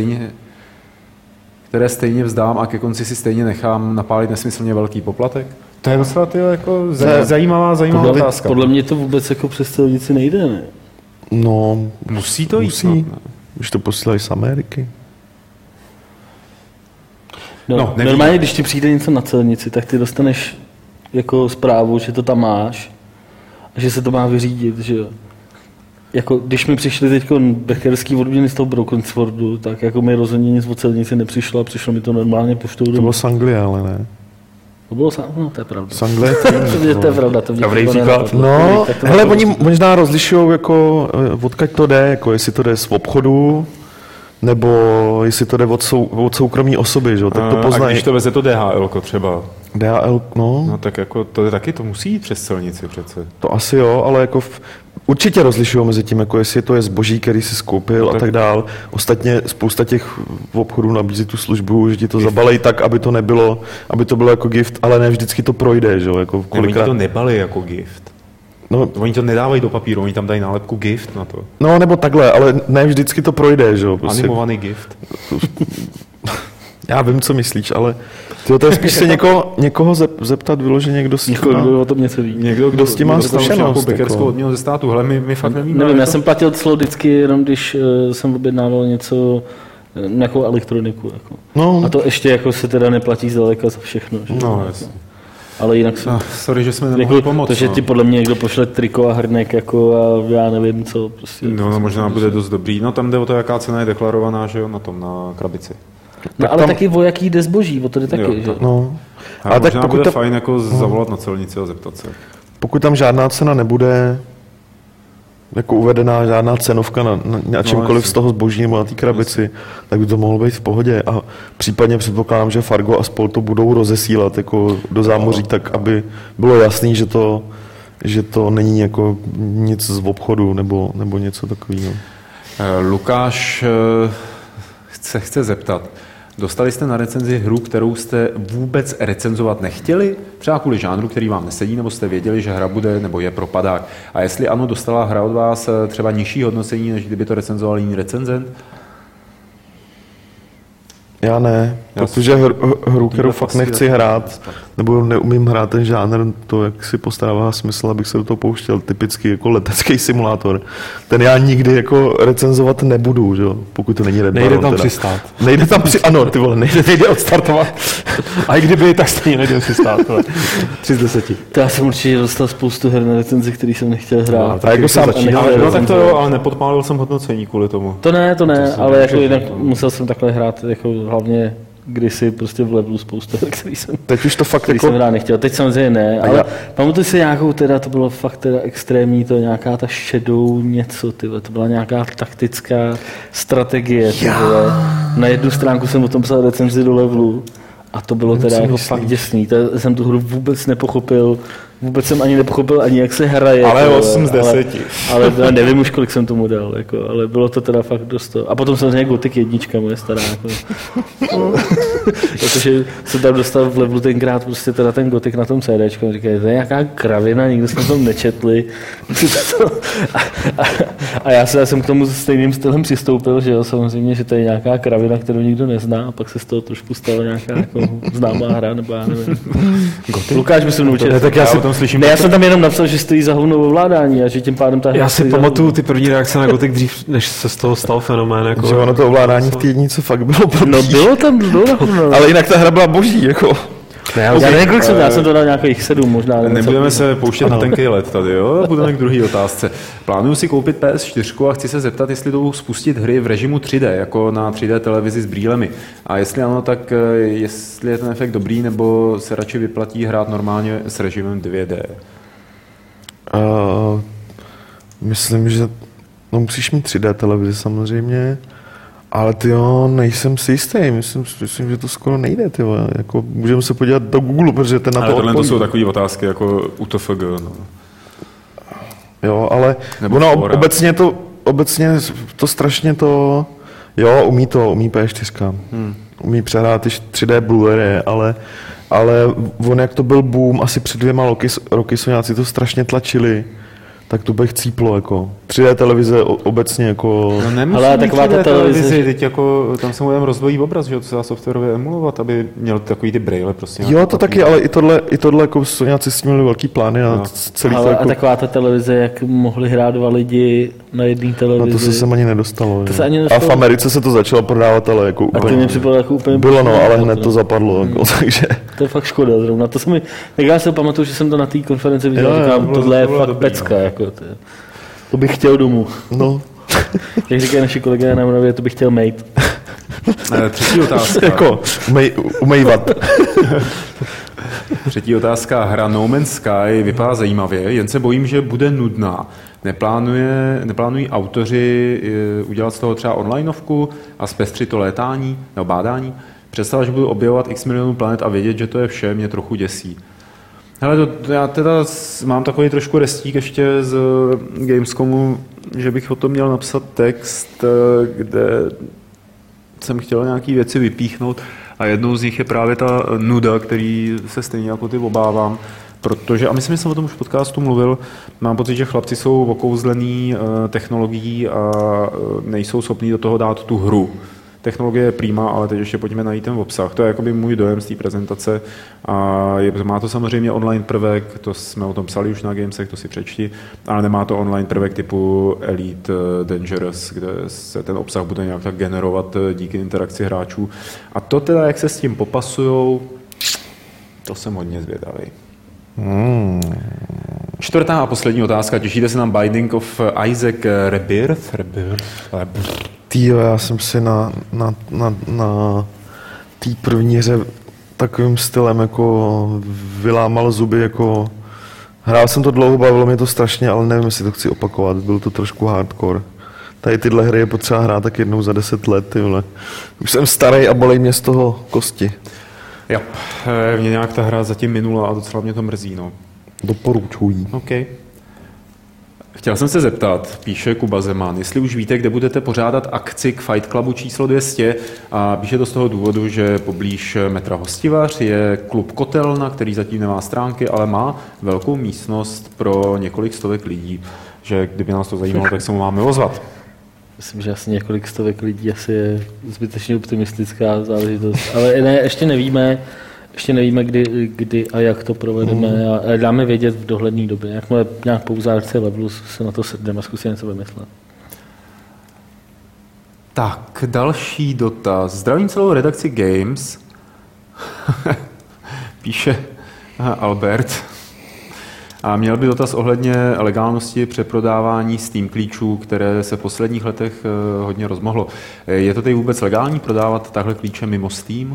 které stejně vzdám a ke konci si stejně nechám napálit nesmyslně velký poplatek? To je docela jako zajímavá otázka. Podle mě to vůbec jako přes celnici nejde, ne? No, musí to jít. Už to posílají z Ameriky. No, normálně, když ti přijde něco na celnici, tak ty dostaneš jako zprávu, že to tam máš a že se to má vyřídit, že jo. Jako, když mi přišly teď becherský odměny z toho Brokenswordu, tak jako mi rozhodně nic od celnici nepřišlo a přišlo mi to normálně poštou. To bylo z Anglie, ale ne. To bylo to je pravda. Z Anglie? To je pravda. To dobrý příklad. No, hele, oni možná rozlišují, jako, odkud to jde, jako jestli to jde z obchodu, nebo jestli to jde od soukromí osoby, že? Tak to poznají. A když to veze to DHL třeba? DHL, no. No tak jako to taky to musí jít přes celnici přece. To asi jo, ale jako určitě rozlišují mezi tím, jako jestli to je zboží, který si skoupil a tak dál. Ostatně spousta těch obchodů nabízí tu službu, že ti to zabalejí tak, aby to bylo jako gift, ale ne vždycky to projde, že jo. Jako oni to nebalí jako gift. No, oni to nedávají do papíru, oni tam dají nálepku gift na to. No, nebo takhle, ale ne vždycky to projde, že jo. Prostě. Animovaný gift. Já vím, co myslíš, ale to je spíš se někoho zeptat vyloženě, kdo s tím o tom něco ví. Kdo s tím má zkušenost. Bekerskou odměnu ze státu. Hele, my fakt nevíme. Nevím, já jsem platil clo vždycky, jenom když jsem objednával něco nějakou elektroniku. Jako. No. A to ještě jako se teda neplatí zdaleka za všechno. Že? No, jasně. Ale jinak jsem... Sorry, že jsme nemohli pomoct. To, že ti podle mě někdo pošle triko a hrnek jako a já nevím co. Prostě, no možná bude dost dobrý. No tam jde o to, jaká cena je deklarovaná, že jo, na krabici. No ale tam... taky o jaký jde zboží, o to jde taky, jo, že? No. Ale možná tak bude fajn jako zavolat na celnici a zeptat se. Pokud tam žádná cena nebude jako uvedená, žádná cenovka na čemkoliv z toho zboží nebo na té krabici, tak by to mohlo být v pohodě. A případně předpokládám, že Fargo a spol to budou rozesílat jako do zámoří, tak aby bylo jasný, že to není jako nic z obchodu nebo něco takového. Lukáš chce zeptat. Dostali jste na recenzi hru, kterou jste vůbec recenzovat nechtěli? Třeba kvůli žánru, který vám nesedí, nebo jste věděli, že hra bude nebo je propadák? A jestli ano, dostala hra od vás třeba nižší hodnocení, než kdyby to recenzoval jiný recenzent? Já ne, protože hru, kterou fakt nechci hrát, nebo neumím hrát ten žánr, to jak si postarává smysl, abych se do toho pouštěl, typicky jako letecký simulátor. Ten já nikdy jako recenzovat nebudu, že? Pokud to není Red Baron. Nejde tam přistát. Nejde tam ano, ty vole, nejde odstartovat. A i kdyby, tak stejně nejde přistát. 3 z 10. To já jsem určitě dostal spoustu her na recenzi, který jsem nechtěl hrát. A jako sám no tak to jo, ale nepodpálil jsem hodnocení kvůli tomu. To ne, ale jako jinak musel jsem takhle hrát jako hlavně kdysi prostě v levelu spoustu her, který jsem, teď už to fakt jako... jsem hrát nechtěl. Teď samozřejmě ne, ale pamatuji si nějakou teda, to bylo fakt teda extrémní, to nějaká ta shadow něco, tyhle, to byla nějaká taktická strategie, tyhle. Na jednu stránku jsem o tom psal recenzi do levelu a to bylo teda jako fakt děsný, to jsem tu hru vůbec nepochopil. Vůbec jsem ani nepochopil, ani jak se hraje. Ale 8 z 10. Ale nevím už, kolik jsem tomu dal. Jako, ale bylo to teda fakt dost. A potom samozřejmě Gothic 1, moje stará. Jako. Protože jsem tam dostal v levelu tenkrát prostě teda ten Gothic na tom CDčku. Říkají, to je nějaká kravina, nikdo jsme tom nečetli. A já jsem k tomu stejným stylem přistoupil, že jo, samozřejmě, že to je nějaká kravina, kterou nikdo nezná. A pak se z toho trošku stala nějaká jako známá hra, nebo já nevím. Lukáš by se naučil. Já jsem tam jenom napsal, že stojí za hovnou ovládání a že tím pádem ta hra. Já si pamatuju ty první reakce na Gothic dřív, než se z toho stal fenomén. Jako, že ono to ovládání v té jednice fakt bylo blbý. No bylo tam, ale jinak ta hra byla boží, jako. Ne, já nevím, kolik jsem, já jsem to dal nějakých 7 možná. Nebudeme se pouštět na tenkej let tady, jo? Budeme k druhé otázce. Plánuju si koupit PS4 a chci se zeptat, jestli jdou spustit hry v režimu 3D, jako na 3D televizi s brýlemi. A jestli ano, tak jestli je ten efekt dobrý, nebo se radši vyplatí hrát normálně s režimem 2D? Myslím, že musíš mít 3D televizi samozřejmě. Ale nejsem si jistý, myslím, že to skoro nejde, jako můžeme se podívat do Google, protože ten na to odpoví. Ale to jsou takové otázky jako UTFG, no. Jo, ale obecně to strašně to, jo, umí P4, umí přehrát 3D Blu-ray, ale on jak to byl boom, asi před 2 roky Soňáci to strašně tlačili, tak to bych cíplo, jako. 3D televize obecně, jako... No nemusí ale taková ta televize, teď jako, tam se můžeme rozdvojí obraz, že jo, to se dá softwarově emulovat, aby měl takový ty braille, prostě. Jo, to taky, ale i tohle jako Soňáci s tím měli velký plány a celý ale to jako... a taková ta televize, jak mohli hrát 2 lidi na jedné televizi. No to se sem ani nedostalo. To se ani nedostalo. A v Americe se to začalo prodávat, ale jako úplně... A to mě připadalo jako úplně... Bylo, no, ale hned to zapadlo, jako, takže... To je fakt škoda zrovna. To se mi... Tak já si pamatuju, že jsem to na té konferenci viděl, říkám, tohle je fakt pecka, jako to bych chtěl domů. No. Jak říkají naši kolegové na Moravě, to bych chtěl mate. Třetí otázka. Jako, umejvat. Třetí otázka. Hra No Man's Sky vypadá zajímavě, jen se bojím, že bude nudná. Neplánují autoři udělat z toho třeba onlineovku a zpestřit to létání nebo bádání? Představa, že budu objevovat x milionů planet a vědět, že to je vše, mě trochu děsí. Hele, já teda mám takový trošku restík ještě z Gamescomu, že bych o tom měl napsat text, kde jsem chtěl nějaké věci vypíchnout a jednou z nich je právě ta nuda, který se stejně jako ty obávám, protože, a myslím, že jsem o tom už v podcastu mluvil, mám pocit, že chlapci jsou okouzlený technologií a nejsou schopní do toho dát tu hru. Technologie je prima, ale teď ještě pojďme najít ten obsah. To je jakoby můj dojem z té prezentace. A má to samozřejmě online prvek, to jsme o tom psali už na Gamesech, to si přečti, ale nemá to online prvek typu Elite Dangerous, kde se ten obsah bude nějak tak generovat díky interakci hráčů. A to teda, jak se s tím popasujou, to jsem hodně zvědavý. Čtvrtá a poslední otázka. Těšíte se na Binding of Isaac Rebirth? Týjo, já jsem si na té první hře takovým stylem jako vylámal zuby, jako hrál jsem to dlouho, bavilo mě to strašně, ale nevím, jestli to chci opakovat, bylo to trošku hardcore. Tady tyhle hry je potřeba hrát tak jednou za 10 let, tyhle. Už jsem starý a bolej mě z toho kosti. Jo, mě nějak ta hra zatím minula a docela mě to mrzí, no. Doporučuji. OK. Chtěl jsem se zeptat, píše Kuba Zeman, jestli už víte, kde budete pořádat akci k Fight Clubu číslo 200 a píše to z toho důvodu, že poblíž metra Hostivař je klub Kotelna, který zatím nemá stránky, ale má velkou místnost pro několik stovek lidí, že kdyby nás to zajímalo, tak se mu máme ozvat. Myslím, že asi několik stovek lidí asi je zbytečně optimistická záležitost, ale ne, ještě nevíme, kdy a jak to provedeme a dáme vědět v dohledné době. Jakmile nějak po uzávce levelu se na to sedneme a zkusíme něco vymyslet. Tak, další dotaz. Zdravím celou redakci Games. Píše Albert. A měl by dotaz ohledně legálnosti přeprodávání Steam klíčů, které se v posledních letech hodně rozmohlo. Je to tady vůbec legální prodávat takhle klíče mimo Steam?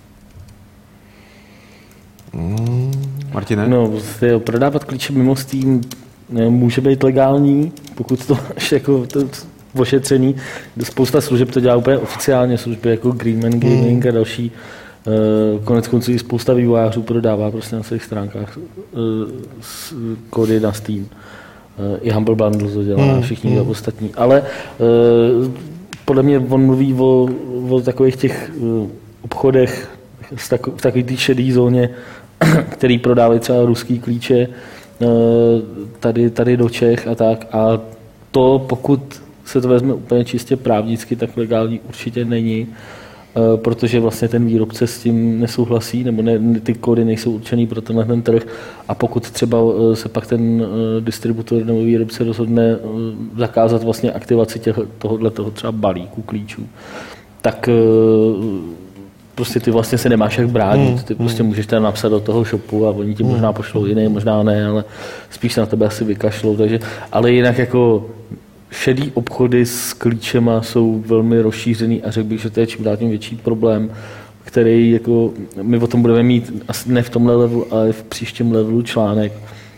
Martine? No, prodávat klíče mimo Steam může být legální, pokud to máš jako ošetřený. Spousta služeb to dělá úplně oficiálně, služby jako Greenman Gaming a další. Konec konců i spousta vývojářů prodává prostě na svých stránkách kódy na Steam. I Humble Bundle to dělá, všichni ostatní. Ale podle mě on mluví o takových těch obchodech v takové té šedé zóně, který prodávají třeba ruský klíče tady do Čech a tak. A to, pokud se to vezme úplně čistě právnicky, tak legální určitě není, protože vlastně ten výrobce s tím nesouhlasí, nebo ty kódy nejsou určený pro ten trh. A pokud třeba se pak ten distributor nebo výrobce rozhodne zakázat vlastně aktivaci tohoto třeba balíku klíčů, tak prostě ty vlastně se nemáš jak bránit, ty prostě můžeš tam napsat do toho shopu a oni ti možná pošlou jiný, možná ne, ale spíš se na tebe asi vykašlou, takže, ale jinak jako šedý obchody s klíčema jsou velmi rozšířený a řekl bych, že to je čím dál tím větší problém, který jako, my o tom budeme mít asi ne v tomhle levelu, ale v příštím levelu článek,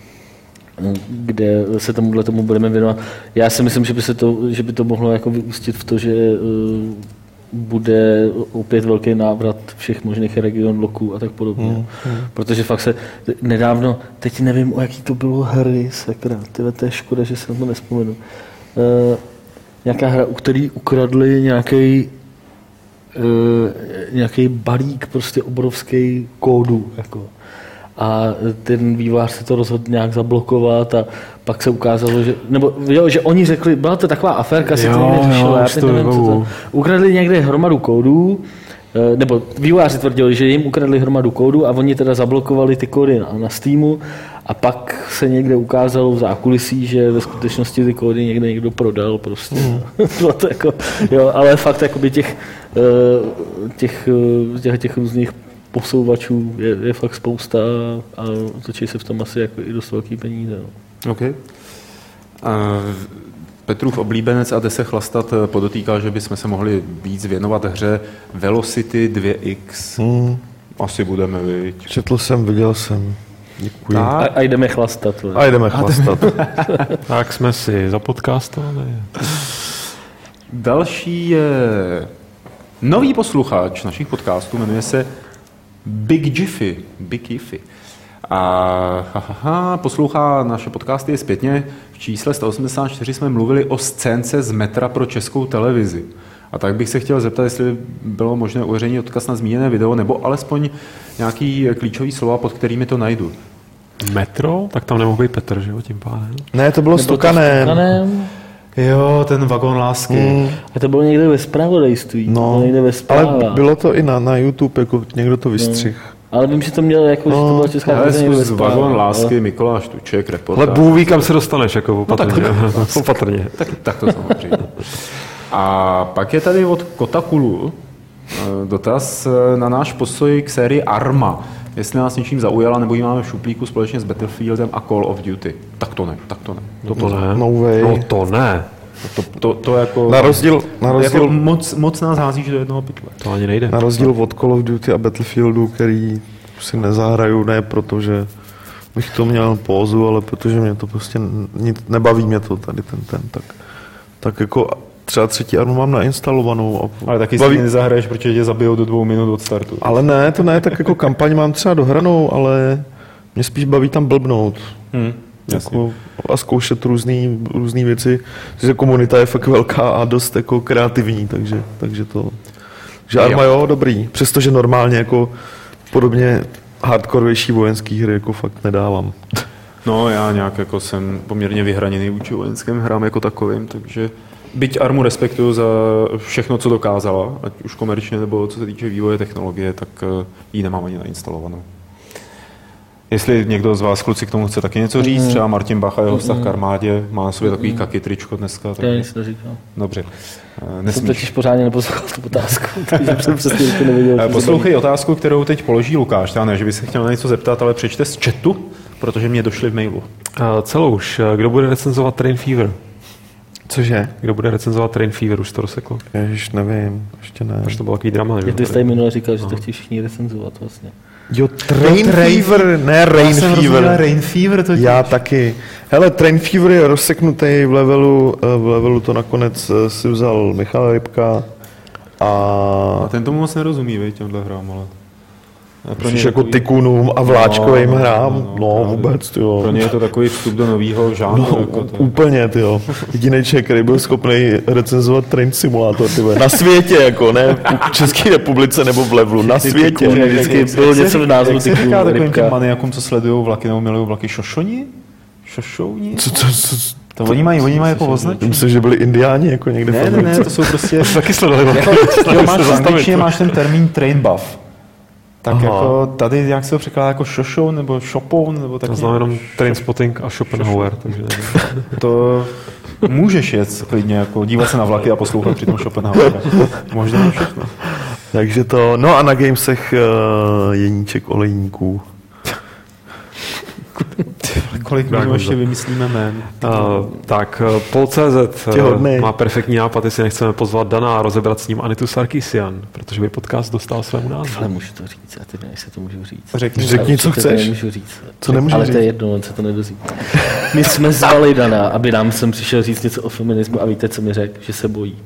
kde se tomu budeme věnovat. Já si myslím, že by to mohlo jako vyústit v to, že bude opět velký návrat všech možných region loků a tak podobně. Protože fakt se nedávno, teď nevím, o jaký to bylo hry, sakra, to je škoda, že se na to nespomenu. Nějaká hra, u který ukradli nějaký balík prostě obrovský kódu. Jako. A ten vývojář se to rozhodl nějak zablokovat a pak se ukázalo, že oni řekli, byla to taková aférka, se to neřešilo, já teď nevím, co to. Ukradli někde hromadu kódů, nebo vývojáři tvrdili, že jim ukradli hromadu kódů a oni teda zablokovali ty kódy na Steamu a pak se někde ukázalo v zákulisí, že ve skutečnosti ty kódy někdo prodal prostě. To jako, jo, ale fakt jakoby těch různých posouvačů je fakt spousta a točí se v tom asi jako i dost velký peníze. No. OK. Petrův oblíbenec a jde se chlastat podotýká, že bychom se mohli víc věnovat hře Velocity 2X. Asi budeme, vidět. Četl jsem, viděl jsem. Děkuji. A jdeme chlastat. Tak jsme si zapodcastovali. Další je nový posluchač našich podcastů, jmenuje se Big Jiffy. A poslouchá naše podcasty zpětně. V čísle 184 jsme mluvili o scénce z metra pro Českou televizi. A tak bych se chtěl zeptat, jestli bylo možné uveřejnit odkaz na zmíněné video, nebo alespoň nějaký klíčový slova, pod kterými to najdu. Metro? Tak tam nemohl být Petr, že jo, tím pádem? Ne, to bylo Stokanem. Jo, ten Vagon lásky. A to bylo někde ve zpravodajství. No, někde ve zprávách. ale bylo to i na YouTube, jako někdo to vystřih. Ale vím, že to měl jako, že to byla česká Ale Vagon lásky, Mikuláš Tuček, reportáž. Ale Bůh ví, kam se dostaneš, jako opatrně. Opatrně. Tak to samozřejmě. A pak je tady od Kotakulu dotaz na náš postoj k sérii Arma. Jestli nás něčím zaujala, nebo ji máme v šuplíku společně s Battlefieldem a Call of Duty. Tak to ne. To ne. No way. No to ne. To jako... Na rozdíl jako moc nás házíš do jednoho pytle. To ani nejde. Na rozdíl od Call of Duty a Battlefieldu, který si nezahraju, ne protože bych to měl pózu, ale protože mě to prostě nebaví mě to tady tak jako třeba třetí armu mám nainstalovanou. Ale taky si nezahraješ, protože tě zabijou do 2 minut od startu. Ale ne, to ne, tak jako kampaň mám třeba dohranou, ale mě spíš baví tam blbnout. Jako, a zkoušet různý věci. Že komunita je fakt velká a dost jako kreativní, takže to... Že Arma jo, dobrý. Přestože normálně jako podobně hardcorevější vojenský hry jako fakt nedávám. No já nějak jako jsem poměrně vyhraněný vůči vojenským hrám jako takovým, takže byť Armu respektuju za všechno, co dokázala, ať už komerčně nebo co se týče vývoje technologie, tak ji nemám ani nainstalovanou. Jestli někdo z vás, kluci, k tomu chce taky něco říct, třeba Martin Bacha, jeho vztah k armádě, má na sobě takový kaky tričko dneska. Já nic neříkal. Dobře. Jsem totiž pořádně neposlouchal tu otázku, takže jsem přesně nevěděl. Poslouchej otázku, kterou teď položí Lukáš. Já ne, že by se chtěl na něco zeptat, ale přečte z chatu, protože mě došly v mailu. Celouš, kdo bude recenzovat Train Fever? Cože? Kdo bude recenzovat Train Fever, už to rozseklo? Ježiš, nevím, ještě ne. Až to bylo takový drama, že? Ty jsi tady minule říkal, že to chtějí všichni recenzovat vlastně. Jo, Train Fever, ne Rain Fever. Rain Fever totiž. Já taky. Hele, Train Fever je rozseknutý v levelu to nakonec si vzal Michal Rybka a ten tomu moc nerozumí, víš, těmhle hrám, ale... Myslíš jako tykunům a vláčkovým hrám? No, vůbec, jo. Pro ně je to takový vstup do nového žánru. No, jako to. Úplně, tyjo. Jediný člověk, který byl schopný recenzovat Train Simulator, tyjo. Na světě, jako, ne v České republice nebo v levelu, na světě. Vždycky bylo něco v názvu typu Rybka. Jak se říká takovým těm maniakům, co sledují vlaky nebo milují vlaky, šošoni? Šošouni? To oni mají jako označení. Myslím, že byli indiáni jako někde v Americe. Ne, to jsou prostě... Taky sledovali. Máš ten termín train buff. Tak jako tady, jak se ho překládá, jako šošou nebo šopou, nebo tak. To znamená jenom Trainspotting a Schopenhauer, takže to můžeš jet klidně, jako dívat se na vlaky a poslouchat při tom Schopenhauera. Možná všechno. Takže to, no a na Gamesech Jeníček olejníků. Kolik my ještě vymyslíme jmén? Tak, Pol.cz má perfektní nápad, jestli nechceme pozvat Dana a rozebrat s ním Anitu Sarkisian, protože by podcast dostal svému názvu. Ale můžu to říct, já teď jestli to můžu říct. Řekni, co chceš. Nemůžu říct. Co nemůžu ale říct? to je jedno, on se to nedozví. My jsme zvali Dana, aby nám sem přišel říct něco o feminismu a víte, co mi řekl? Že se bojí.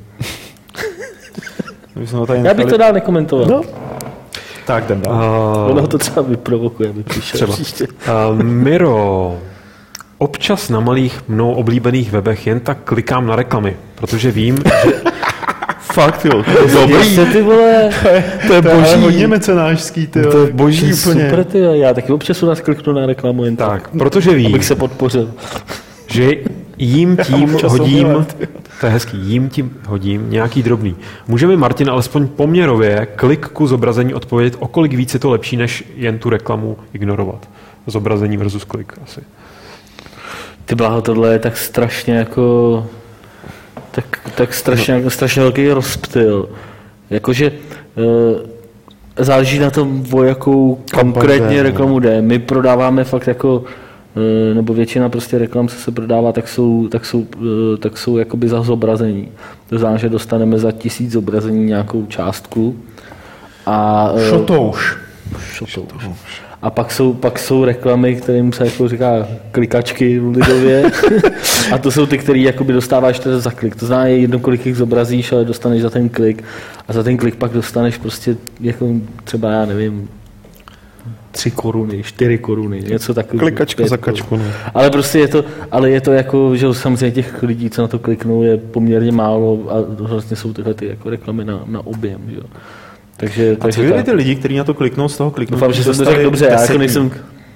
Já bych to dál nekomentoval. No. Tak jdem dál. Ono to třeba vyprovokuje, aby přišel příště. Miro, Občas na malých mnou oblíbených webech jen tak klikám na reklamy, protože vím, že... Fakt jo, to je dobrý. Ty vole, To je boží. Hodně mecenášský, ty. To je boží úplně. super, ty. Já taky občas u nás kliknu na reklamu jen tak. Protože vím, abych se podpořil. že jím tím hodím, to je hezký, jím tím hodím nějaký drobný. Může mi Martin alespoň poměrově klik ku zobrazení odpovědět, o kolik víc je to lepší, než jen tu reklamu ignorovat. Zobrazení versus klik asi. Ty bláho, tohle je tak strašně jako... Tak strašně velký rozptyl. Jakože záleží na tom, o jakou konkrétně reklamu jde. My prodáváme fakt jako, nebo většina prostě reklam, co se prodává, tak jsou jakoby za zobrazení. To znamená, že dostaneme za 1000 zobrazení nějakou částku. A Šotouš. A pak jsou reklamy, kterým se jako říká klikačky lidově. A to jsou ty, které jakoby dostáváš teda za klik. To znamená, jedno, kolik jich zobrazíš, ale dostaneš za ten klik. A za ten klik pak dostaneš prostě jako třeba, já nevím, 3 koruny, 4 koruny, něco takového. Klikačka za kačku. Ne? Ale prostě je to jako, že samozřejmě těch lidí, co na to kliknou, je poměrně málo a vlastně jsou tyhle ty jako reklamy na objem, že jo. Takže co ty lidi, kteří na to kliknou, z toho kliknou? Doufám, že jsem to řekl dobře, já jako nejsem...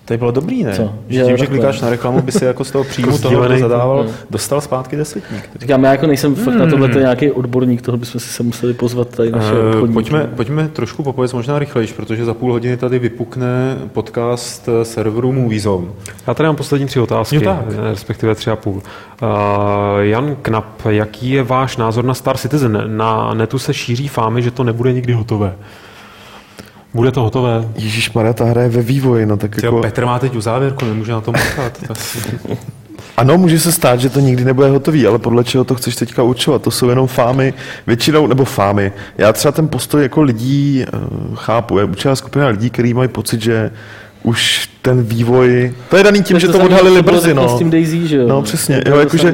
To je bylo dobrý, ne? Co? Že tím, že klikáš na reklamu, by si jako z toho příjmu toho, kdo zadával, dostal zpátky desetník. Říkám, já jako nejsem fakt na tohle nějaký odborník, toho bychom si se museli pozvat tady naše obchodníky. Pojďme trošku popovědět možná rychlejš, protože za půl hodiny tady vypukne podcast serveru MovieZone. Já tady mám poslední 3 otázky, respektive 3,5. Jan Knap, jaký je váš názor na Star Citizen? Na netu se šíří fámy, že to nebude nikdy hotové. Bude to hotové? Ježišmarja, ta hra je ve vývoji, no tak jako... Petr má teď uzávěrku, nemůže na tom makat. Ano, může se stát, že to nikdy nebude hotový, ale podle čeho to chceš teďka určovat? To jsou jenom fámy, většinou, nebo fámy. Já třeba ten postoj jako lidí chápu. Je určitá skupina lidí, kteří mají pocit, že už ten vývoj... To je daný tím, že to odhalili brzy, no. S tím Daisy, že jo? No, přesně. Jo, jakože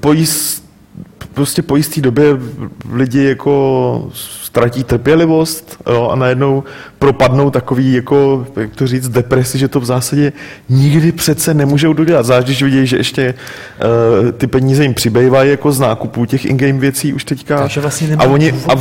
po jistý době lidi jako ztratí trpělivost, jo, a najednou propadnou takový, jako, jak to říct, depresi, že to v zásadě nikdy přece nemůžou dodělat. Zvlášť, když vidějí, že ještě ty peníze jim přibývají jako z nákupů těch in-game věcí už teďka. Takže vlastně a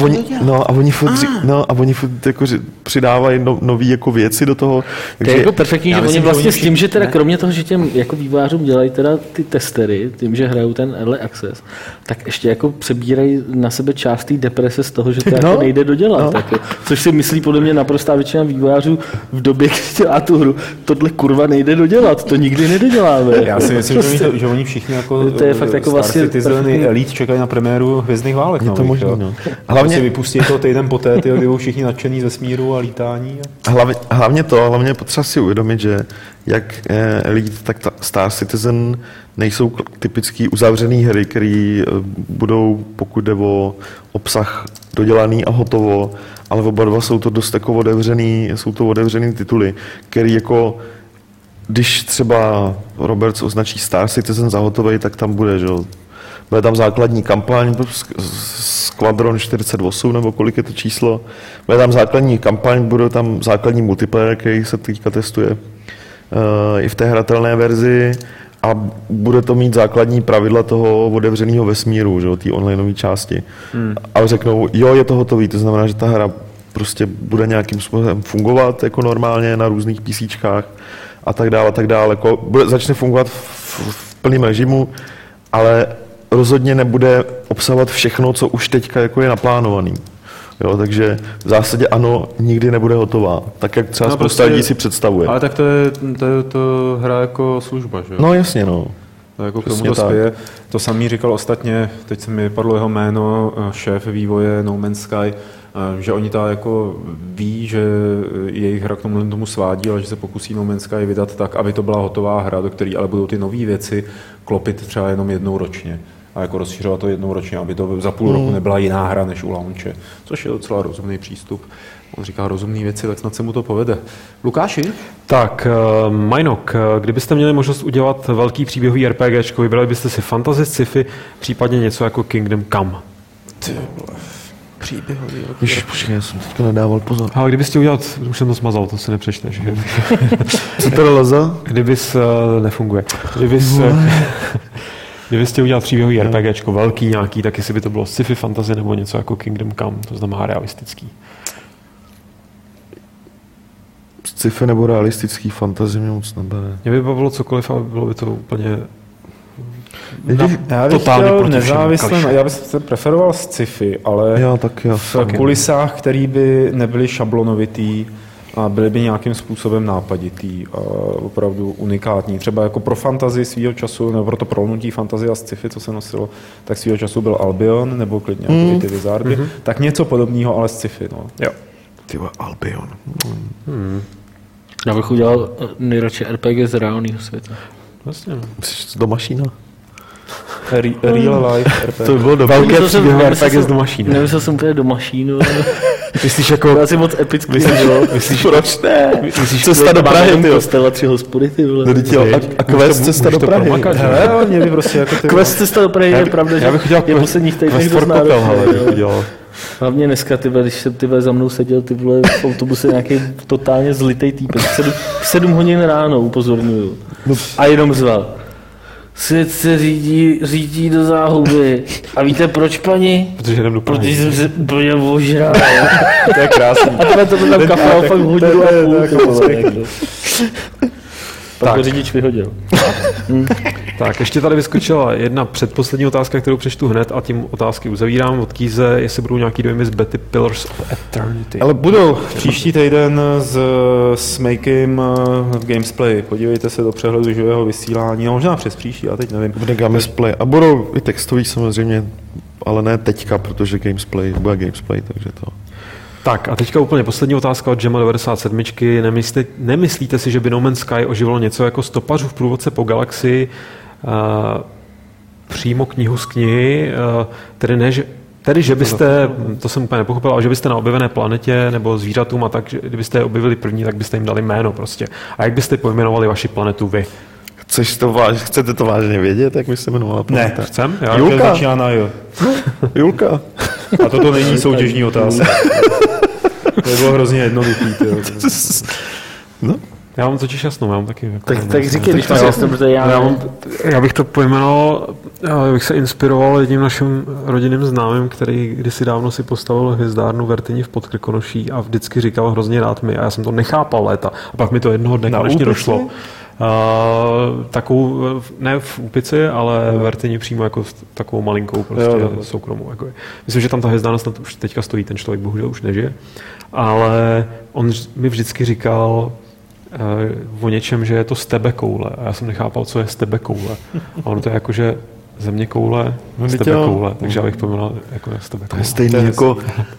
oni furt jako přidávají nový jako věci do toho. To je jako perfektní, že oni vlastně s tím, že teda kromě toho, že těm jako vývojářům dělají teda ty testery, tím, že hrajou ten early access, tak ještě jako přebírají na sebe část té deprese z toho, že to jako nejde dodělat. Tak, což si myslí podle mě naprostá většina vývojářů v době, kdy dělá tu hru, tohle kurva nejde dodělat, to nikdy nedoděláme. Já si myslím, že oni všichni jako to je fakt jako Star vlastně Citizen Elite čekají na premiéru Hvězdných válek. Je to možné, no. Hlavně si vypustí to týden poté, ty budou všichni nadšený ze smíru a lítání. Hlavně potřeba si uvědomit, že jak Elite, tak Star Citizen nejsou typický uzavřený hry, které budou, pokud jde o obsah, dodělaný a hotovo, ale oba dva jsou to dost jako otevřený tituly, který jako, když třeba Roberts označí Star Citizen za hotovej, tak tam bude, že bude tam základní kampaň, Squadron 48, nebo kolik je to číslo, bude tam základní kampaň, bude tam základní multiplayer, který se teďka testuje i v té hratelné verzi, a bude to mít základní pravidla toho otevřeného vesmíru, že, té onlineové části. A řeknou, jo, je to hotový, to znamená, že ta hra prostě bude nějakým způsobem fungovat jako normálně na různých PCčkách a tak dále. Začne fungovat v plném režimu, ale rozhodně nebude obsahovat všechno, co už teďka jako je naplánovaný. Jo, takže v zásadě ano, nikdy nebude hotová. Tak, jak třeba spousta lidí si představuje. Ale tak to je hra jako služba, že jo? No jasně, no. To jako k tomu to spěje. To samý říkal ostatně, teď se mi padlo jeho jméno, šéf vývoje No Man's Sky, že oni ta jako ví, že jejich hra k tomu svádí, ale že se pokusí No Man's Sky vydat tak, aby to byla hotová hra, do které ale budou ty nové věci klopit třeba jenom jednou ročně. A jako rozšiřovat to jednou ročně, aby to za půl roku nebyla jiná hra než u launche, což je docela rozumný přístup. On říká rozumné věci, tak snad se mu to povede. Lukáši? Tak, Majnok, kdybyste měli možnost udělat velký příběhový RPGčko, vybrali byste si fantasy, sci-fi, případně něco jako Kingdom Come. Příběhový. Ježiš, počkej, já jsem teďka nedával pozor. Ale kdybyste udělat, už jsem to smazal, to si nepřečteš. Co to leze? Nefunguje. Kdybyste udělat příběhový RPGčko velký nějaký, tak jestli by to bylo sci-fi, fantasy nebo něco jako Kingdom Come, to znamená realistický. Sci-fi nebo realistický, fantasy mě moc nebere. Mě by bavilo cokoliv, ale bylo by to úplně já bych chtěl nezávislé, já bych se preferoval sci-fi, ale v kulisách, které by nebyly šablonovitý a byly by nějakým způsobem nápaditý a opravdu unikátní. Třeba jako pro fantasy svýho času, nebo pro to prolnutí fantasy a sci-fi, co se nosilo, tak svýho času byl Albion, nebo klidně jako i ty Wizardy. Tak něco podobného, ale sci-fi. No. Jo. Tyhle Albion. Já bych udělal nejradši RPG z reálného světa. Vlastně, no. Jsi do mašína? Real life RPG. To by bylo velké příběhové RPG z do mašína. Nemyslel jsem úplně do mašínu. Myslíš jako... To asi moc epický. Myslíš, proč ne? Myslíš, cesta do Prahy, tyjo. Kostela 3 hospody, ty vole. A quest cesta do Prahy. Quest cesta do Prahy je pravda, že je posledních týdnech dost náročný. Hlavně dneska, když jsem za mnou seděl v autobuse nějaký totálně zlitej týpek. V 7 hodin ráno, upozorňuju. A jenom zval. Svět se řídí do záhuby. A víte proč, paní? Protože jsem se úplně ožral. To je krásný. A tohle to tam kafal fakt hodinu a půl. Pak ho řidič vyhodil. Tak, ještě tady vyskočila jedna předposlední otázka, kterou přečtu hned a tím otázky uzavírám od Kýze, jestli budou nějaký dojmy z Betty Pillars of Eternity. Ale budou příští týden s Makem v Gamesplay. Podívejte se do přehledu živého vysílání, no možná přes příští, já teď nevím. Bude Gamesplay a budou i textový samozřejmě, ale ne teďka, protože bude Gamesplay, takže to... Tak a teďka úplně poslední otázka od Gemma 97. Nemyslíte si, že by No Man's Sky oživilo něco jako stopařů v průvodce po galaxii, přímo knihu z knihy, tedy že byste, to jsem úplně nepochopil, ale že byste na objevené planetě nebo zvířatům a tak, že kdybyste je objevili první, tak byste jim dali jméno prostě. A jak byste pojmenovali vaši planetu vy? Chcete to vážně vědět, jak by se jmenovala planeta? Ne, chcem? Julka. Začíná na jo. Julka. A toto není soutěžní otázka. To bylo hrozně jednoduchý. No. Já mám totiž jasno, já mám taky. Jako Tak říkej, když máš jasno, protože já bych to pojmenoval, já bych se inspiroval jedním naším rodinným známým, který kdysi dávno si postavil hvězdárnu Vertyni v Podkrkonoší a vždycky říkal hrozně rád mi a já jsem to nechápal léta. A pak mi to jednoho dne konečně došlo. Takovou, ne v Úpici, ale Vertyni přímo jako takovou malinkou prostě soukromou. Jako. Myslím, že tam ta hvězdárna snad už teďka stojí, ten člověk bohužel už nežije, ale on mi vždycky říkal o něčem, že je to stebekoule a já jsem nechápal, co je stebekoule. A ono to je jako, že země koule, stebekoule, takže já bych pojmenoval jako stebekoule. To je stejný jako...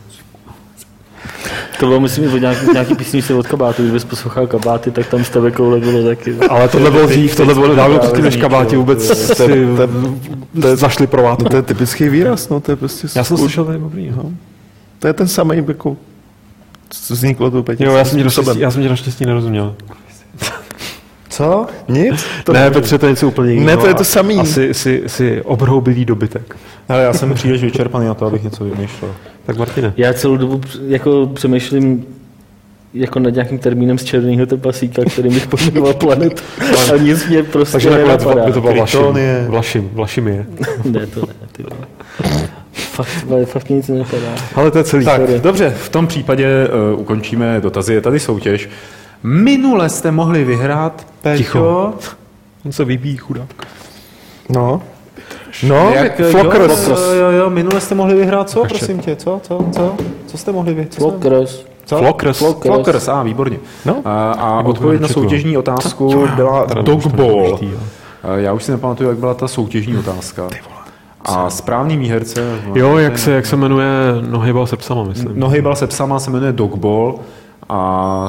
To bylo, myslím, nějaký písničce od Kabátu, když bys poslouchal Kabáty, tak tam stebekoule bylo taky. Ale tohle bylo dřív, tohle bylo dávno předtím, než Kabáti vůbec si zašli pro vátu. To je typický výraz, no, to je prostě... Já jsem slyšel tady dobrý, no. To je ten samý, jako... Vzniklo to úplně. Jo, já jsem ti naštěstí nerozuměl. Co? Nic? Ne, Petře, to je něco úplně jiného. Ne, to je to samý. Asi si obhroubilý dobytek. Ale já jsem příliš vyčerpaný na to, abych něco vymýšlel. Tak Martine. Já celou dobu jako přemýšlím jako nad nějakým termínem z Černého trpaslíka, který bych pojmenoval planetu. A nic mě prostě nenapadá. Takže to bylo Vlašim je. Ne, to ne. Ty. Fakt nic nenapadá. Ale to je celý. Tak, dobře, v tom případě ukončíme dotazy. Je tady soutěž. Minule jste mohli vyhrát, Péťo. On se vybíjí, chudák. No, Flockers. Jo, minule jste mohli vyhrát co, prosím tě? Co jste mohli vyhrát? Flockers. Flockers, výborně. No. A odpověď na soutěžní otázku byla Dogball. Já už si nepamatuju, jak byla ta soutěžní otázka. A správný výherce... Jo, jak se jmenuje Nohejbal se psama, myslím. Nohejbal se psama se jmenuje Dogball a...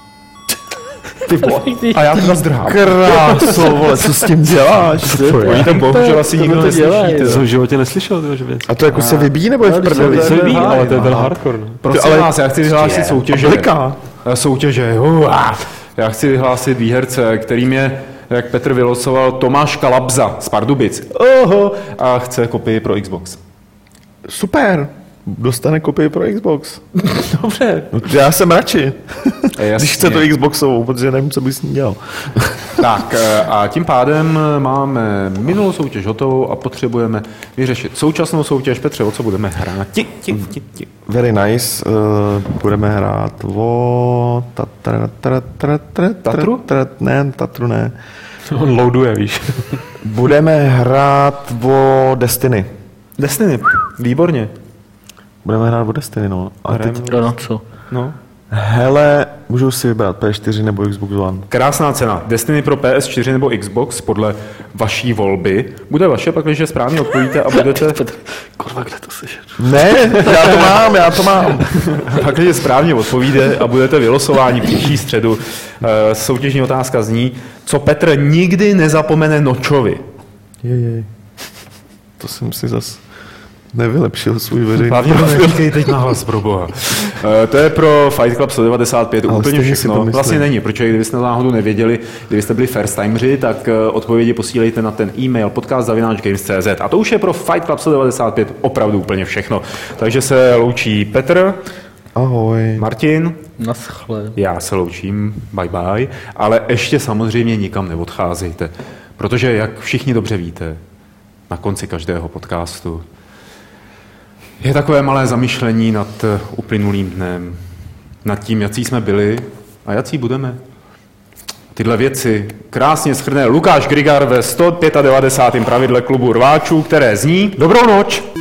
A já teda zdrhám. Kráso, vole, co s tím děláš? Oni tam bohužel asi nikdo neslyší. Ty jsi v životě neslyšel tyhle věci. A to jako se vybíjí, nebo je v prdeli? Se vybíjí, ale to je ten hardcore. Prosím vás, já chci vyhlásit soutěže. Já chci vyhlásit výherce, kterým je, jak Petr vylosoval, Tomáš Kalabza z Pardubic. A chce kopii pro Xbox. Super. Dostane kopii pro Xbox. Dobře. No, já jsem radši. Když chce to Xboxovou, protože nevím, co bych s ní dělal. Tak a tím pádem máme minulou soutěž hotovou a potřebujeme vyřešit současnou soutěž. Petře, o co budeme hrát? Very nice. Budeme hrát o... Tatru? Ne, Tatru ne. On loaduje, víš. Budeme hrát o Destiny. Výborně. Budeme hrát o Destiny, no. A teď... No, co? No. Hele, můžu si vybrat PS4 nebo Xbox One. Krásná cena. Destiny pro PS4 nebo Xbox podle vaší volby. Bude vaše, pak, když správně odpovíte a budete... Kurva, kde to slyšet? Ne, já to mám. Pak, když správně odpovíte a budete vylosováni příští středu, soutěžní otázka zní, co Petr nikdy nezapomene Nočovi. Jej. To jsem si zas nevylepšil svůj veřejný. Hlavně to neříkej teď nahlas, pro boha. To je pro Fight Club 195 ale úplně všechno. Vlastně není, protože kdybyste náhodou nevěděli, kdybyste byli first timeři, tak odpovědi posílejte na ten e-mail podcast@games.cz. A to už je pro Fight Club 195 opravdu úplně všechno. Takže se loučí Petr. Ahoj. Martin. Naschle. Já se loučím, bye bye. Ale ještě samozřejmě nikam neodcházejte. Protože, jak všichni dobře víte, na konci každého podcastu je takové malé zamyšlení nad uplynulým dnem, nad tím, jací jsme byli a jací budeme. Tyhle věci krásně shrne Lukáš Grigar ve 195. pravidle klubu rváčů, které zní Dobrou noč!